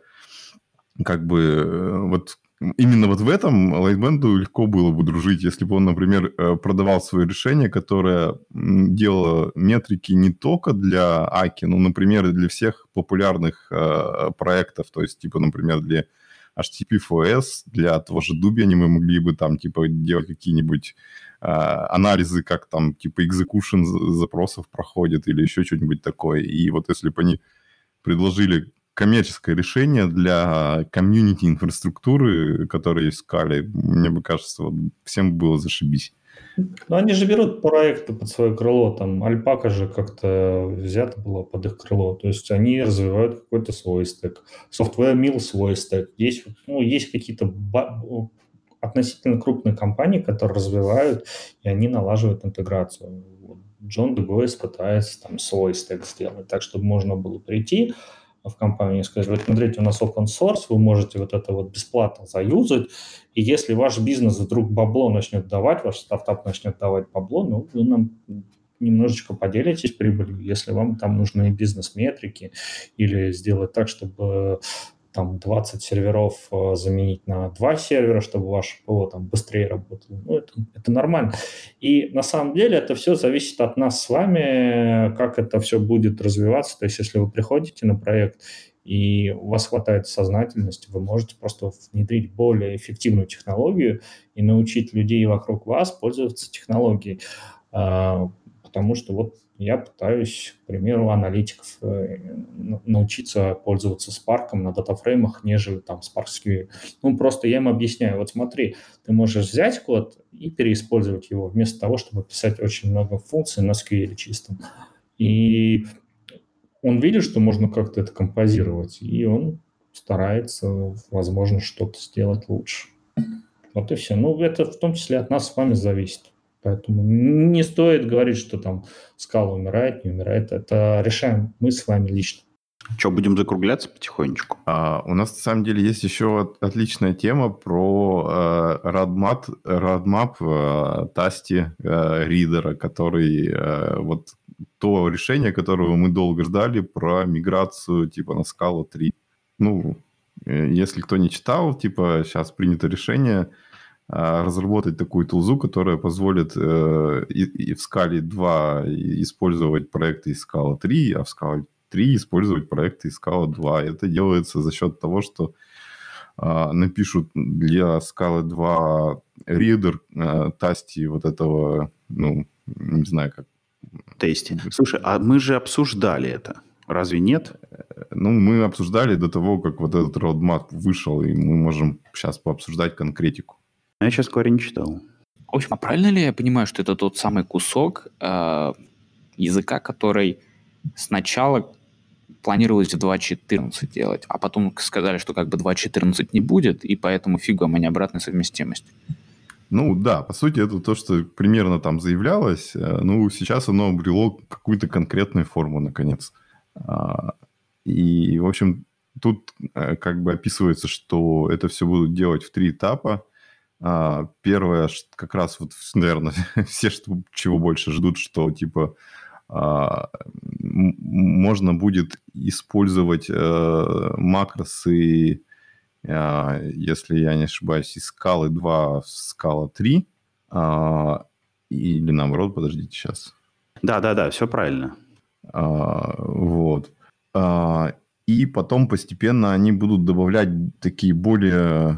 как бы вот именно вот в этом Lightband легко было бы дружить, если бы он, например, продавал свое решение, которое делало метрики не только для Аки, но, например, и для всех популярных проектов, то есть, типа, например, для HTTP4S, для того же Debian мы могли бы там, типа, делать какие-нибудь анализы, как там, типа, execution запросов проходит или еще что-нибудь такое. И вот если бы они предложили коммерческое решение для комьюнити-инфраструктуры, которая есть в Scala, мне бы кажется, вот всем было зашибись. Ну, они же берут проекты под свое крыло, там, Альпака же как-то взята была под их крыло, то есть они развивают какой-то свой стек. Software Mill свой стек. Есть какие-то относительно крупные компании, которые развивают, и они налаживают интеграцию. John DBS пытается там свой стек сделать, так, чтобы можно было прийти в компанию и сказать, вот смотрите, у нас open source, вы можете вот это вот бесплатно заюзать, и если ваш бизнес вдруг бабло начнет давать, ваш стартап начнет давать бабло, вы нам немножечко поделитесь прибылью, если вам там нужны бизнес-метрики, или сделать так, чтобы там 20 серверов заменить на 2 сервера, чтобы ваше ПО там быстрее работало. Это нормально. И на самом деле это все зависит от нас с вами, как это все будет развиваться. То есть если вы приходите на проект и у вас хватает сознательности, вы можете просто внедрить более эффективную технологию и научить людей вокруг вас пользоваться технологией. Потому что вот я пытаюсь, к примеру, аналитиков научиться пользоваться Spark на датафреймах, нежели там Spark SQL. Просто я им объясняю, вот смотри, ты можешь взять код и переиспользовать его, вместо того, чтобы писать очень много функций на SQL чистом. И он видит, что можно как-то это композировать, и он старается, возможно, что-то сделать лучше. Вот и все. Это в том числе от нас с вами зависит. Поэтому не стоит говорить, что там Scala умирает, не умирает. Это решаем мы с вами лично. Что, будем закругляться потихонечку? У нас, на самом деле, есть еще отличная тема про roadmap Tasty Reader, который вот то решение, которого мы долго ждали, про миграцию типа на Scala 3. Если кто не читал, типа сейчас принято решение разработать такую тулзу, которая позволит и в Scala 2 использовать проекты из Scala 3, а в Scala 3 использовать проекты из Scala 2. Это делается за счет того, что напишут для Scala 2 reader Tasty вот этого, не знаю как. Tasty. Слушай, а мы же обсуждали это. Разве нет? Мы обсуждали до того, как вот этот roadmap вышел, и мы можем сейчас пообсуждать конкретику. Я сейчас, говоря, не читал. В общем, а правильно ли я понимаю, что это тот самый кусок языка, который сначала планировалось в 2.14 делать, а потом сказали, что как бы 2.14 не будет, и поэтому фиг вам, а не обратная совместимость? Да, по сути, это то, что примерно там заявлялось. Сейчас оно обрело какую-то конкретную форму, наконец. И, в общем, тут как бы описывается, что это все будут делать в 3 этапа. Первое, как раз вот, наверное, все, чего больше ждут, что типа можно будет использовать макросы, если я не ошибаюсь, из Scala 2 в Scala 3, или наоборот, подождите сейчас. Да, все правильно. Вот. И потом постепенно они будут добавлять такие более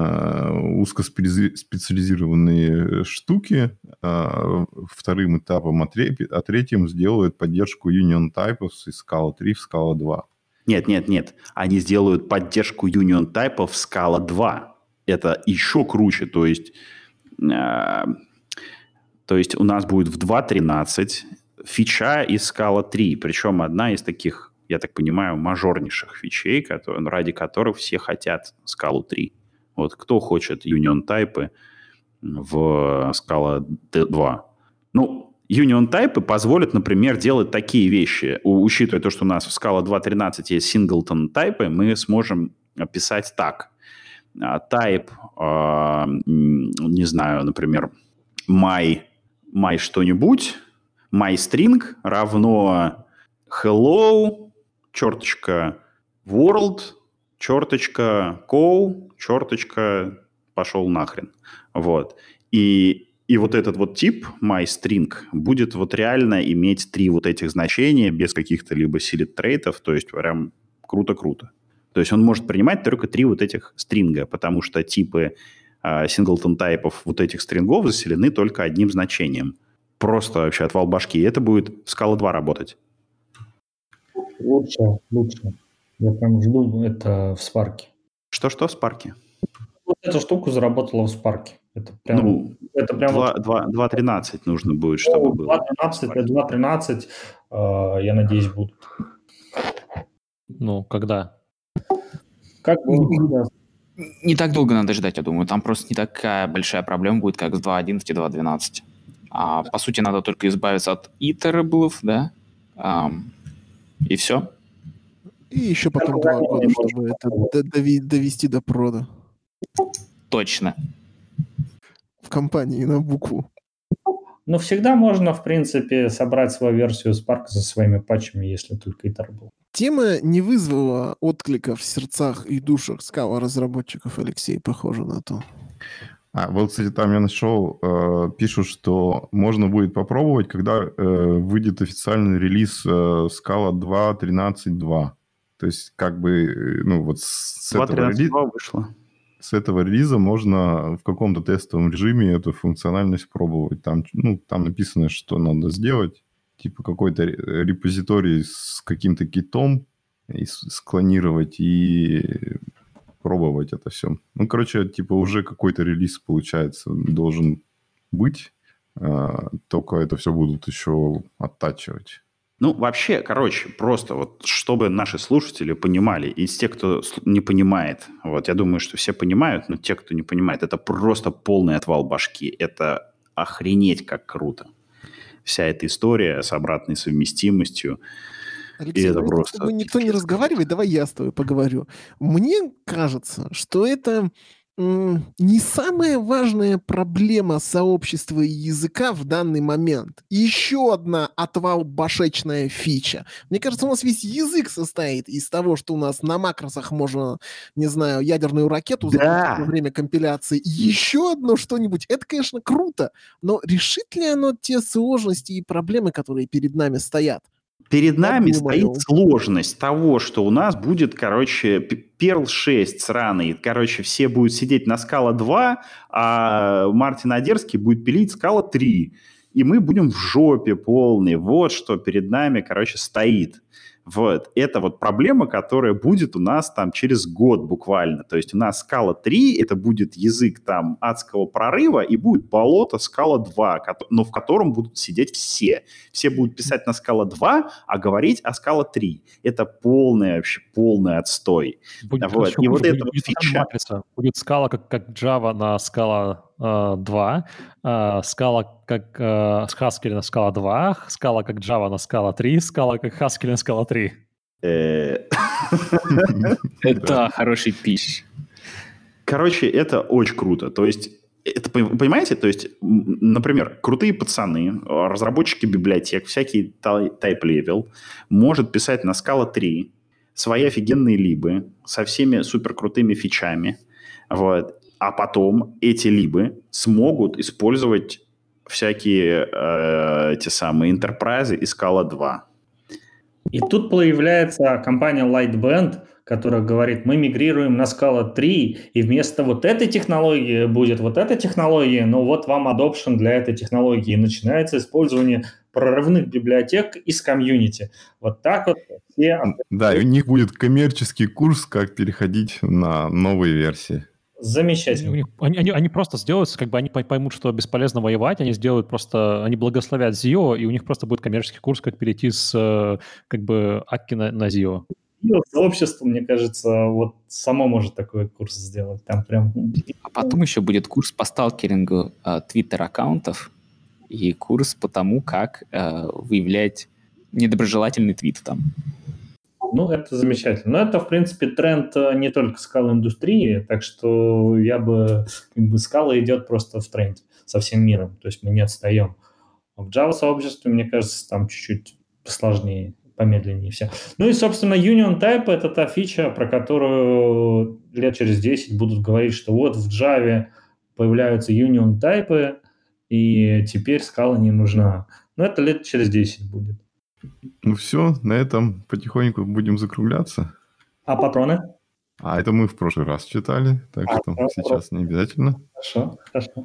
узкоспециализированные штуки вторым этапом, а третьим сделают поддержку Union Types из Scala 3 в Scala 2. Нет. Они сделают поддержку Union Type в Scala 2. Это еще круче. То есть у нас будет в 2.13 фича из Scala 3. Причем одна из таких, я так понимаю, мажорнейших фичей, ради которых все хотят Scala 3. Вот кто хочет Union Type в Scala 2? Union-тайпы позволят, например, делать такие вещи. Учитывая то, что у нас в Scala 2.13 есть singleton-тайпы, мы сможем писать так. Type, не знаю, например, my что-нибудь, my string равно hello, черточка world, черточка co, черточка пошел нахрен. Вот. И вот этот вот тип myString будет вот реально иметь 3 вот этих значения без каких-то либо seeded трейтов, то есть прям круто-круто. То есть он может принимать только 3 вот этих стринга, потому что типы singleton тайпов вот этих стрингов заселены только одним значением. Просто вообще отвал башки. И это будет в Scala 2 работать. Лучше. Я прям жду это в Spark. Что в Spark? Вот эту штуку заработала в Spark. Это прям... 2.13 нужно будет, чтобы было. 2.13, я надеюсь, будут. Ну, когда? Как бы... Не так долго надо ждать, я думаю. Там просто не такая большая проблема будет, как с 2.11 и 2.12. По сути, надо только избавиться от iterables, да? И все. И еще потом 2 года, чтобы это довести до прода. Точно. В компании на букву. Но всегда можно, в принципе, собрать свою версию Spark со своими патчами, если только iterable. Тема не вызвала отклика в сердцах и душах Scala-разработчиков, Алексей, похоже на то. Вот, кстати, там я нашел, пишут, что можно будет попробовать, когда выйдет официальный релиз Scala 2.13.2. То есть, как бы, ну, вот с этого релиза можно в каком-то тестовом режиме эту функциональность пробовать. Там написано, что надо сделать. Типа какой-то репозиторий с каким-то китом и склонировать и пробовать это все. Ну, короче, типа уже какой-то релиз, получается, должен быть. Только это все будут еще оттачивать. Ну, вообще, короче, просто вот, чтобы наши слушатели понимали, из тех, кто не понимает, вот, я думаю, что все понимают, но те, кто не понимает, это просто полный отвал башки. Это охренеть как круто. Вся эта история с обратной совместимостью. Алексей, это просто... с тобой никто не разговаривает, давай я с тобой поговорю. Мне кажется, что это не самая важная проблема сообщества и языка в данный момент. Еще одна отвал-башечная фича. Мне кажется, у нас весь язык состоит из того, что у нас на макросах можно, не знаю, ядерную ракету запустить во время компиляции. Еще одно что-нибудь. Это, конечно, круто, но решит ли оно те сложности и проблемы, которые перед нами стоят? Перед нами стоит сложность того, что у нас будет, короче, Perl 6 сраный. Короче, все будут сидеть на Scala 2, а Мартин Одерский будет пилить Scala 3. И мы будем в жопе полной. Вот что перед нами, короче, стоит. Вот. Это вот проблема, которая будет у нас там через год буквально. То есть у нас Scala 3, это будет язык там адского прорыва, и будет болото Scala 2, но в котором будут сидеть все. Все будут писать на Scala 2, а говорить о Scala 3. Это вообще полный отстой. Будет, вот. И вот это будет фича. Будет Scala как Java на Scala 2, Scala как Haskell на Scala 2, Scala как Java на Scala 3, Scala как Haskell на Scala 3. Это хороший пич. Короче, это очень круто. То есть, это, понимаете, то есть, например, крутые пацаны, разработчики библиотек, всякий type level, может писать на Scala 3 свои офигенные либы со всеми суперкрутыми фичами, вот. А потом эти либы смогут использовать всякие эти самые enterprise и Scala 2. И тут появляется компания Lightband, которая говорит, мы мигрируем на Scala 3, и вместо вот этой технологии будет вот эта технология, но вот вам adoption для этой технологии. И начинается использование прорывных библиотек из комьюнити. Вот так вот все... Да, и у них будет коммерческий курс, как переходить на новые версии. Замечательно. Они просто сделают, как бы они поймут, что бесполезно воевать, они сделают просто, они благословят Zio, и у них просто будет коммерческий курс, как перейти с как бы Акки на Zio. Сообщество, мне кажется, вот само может такой курс сделать. Там прям... А потом еще будет курс по сталкерингу Twitter-аккаунтов, и курс по тому, как выявлять недоброжелательный твит там. Ну, это замечательно. Но это, в принципе, тренд не только скал-индустрии, так что я бы... скала идет просто в тренде со всем миром, то есть мы не отстаем. В Java-сообществе, мне кажется, там чуть-чуть посложнее, помедленнее все. Ну и, собственно, Union Type — это та фича, про которую лет через 10 будут говорить, что вот в Java появляются Union Type, и теперь скала не нужна. Но это лет через 10 будет. Ну все, на этом потихоньку будем закругляться. А патроны? А это мы в прошлый раз читали, так что сейчас не обязательно. Хорошо.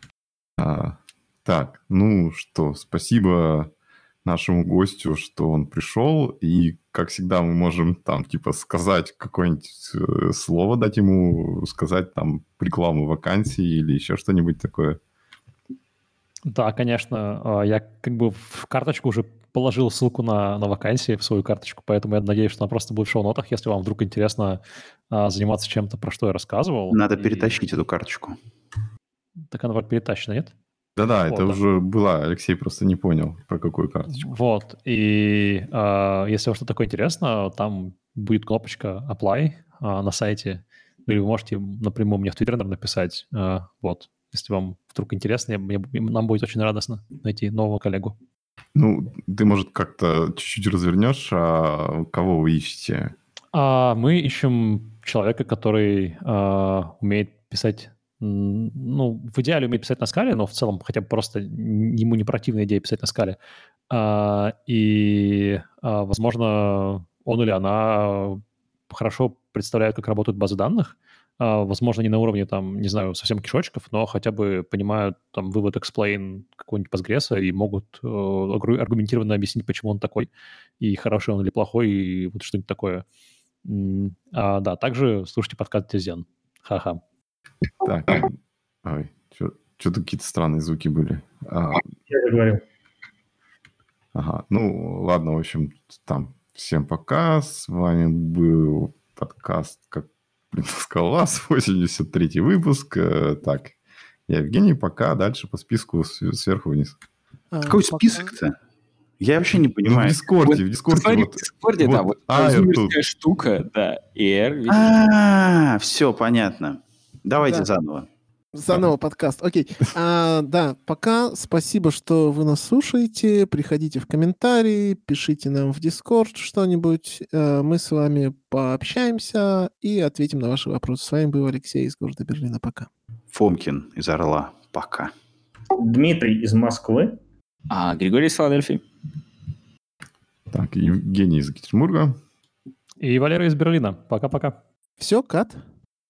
Так, ну что, спасибо нашему гостю, что он пришел. И, как всегда, мы можем там, типа, сказать какое-нибудь слово, дать ему сказать там рекламу вакансии или еще что-нибудь такое. Да, конечно. Я как бы в карточку уже положил ссылку на вакансии в свою карточку, поэтому я надеюсь, что она просто будет в шоу-нотах, если вам вдруг интересно заниматься чем-то, про что я рассказывал. Надо перетащить эту карточку. Так она перетащена, нет? Да-да, Вот, это да. уже была. Алексей просто не понял, про какую карточку. Вот. И если вам что-то такое интересно, там будет кнопочка «Apply» на сайте. Или вы можете напрямую мне в Твиттер написать. Вот. Если вам вдруг интересно, нам будет очень радостно найти нового коллегу. Ну, ты, может, как-то чуть-чуть развернешь, кого вы ищете? Мы ищем человека, который умеет писать, ну, в идеале умеет писать на скале, но в целом хотя бы просто ему не противная идея писать на скале. Возможно, он или она хорошо представляют, как работают базы данных. Возможно, не на уровне, там, не знаю, совсем кишочков, но хотя бы понимают там вывод explain какого-нибудь Postgres и могут аргументированно объяснить, почему он такой, и хороший он или плохой, и вот что-нибудь такое. Да, также слушайте подкаст Тезен. Ха-ха. Так, ой, что-то какие-то странные звуки были. Я же говорил. Ага, ну, ладно, в общем, там, всем пока. С вами был подкаст, как сказал вас, 83-й выпуск. Так, я Евгений, пока. Дальше по списку сверху вниз. Какой список-то? Я вообще не понимаю. В Дискорде, в Дискорде. Смотри, Вот, в Дискорде, да, вот зумерская штука, да, Все понятно. Давайте Да. заново. Заново подкаст. Окей. Да, пока. Спасибо, что вы нас слушаете. Приходите в комментарии, пишите нам в Discord что-нибудь. Мы с вами пообщаемся и ответим на ваши вопросы. С вами был Алексей из города Берлина. Пока. Фомкин из Орла. Пока. Дмитрий из Москвы. Григорий из Филадельфии. Так, Евгений из Екатеринбурга. И Валера из Берлина. Пока-пока. Все, кат.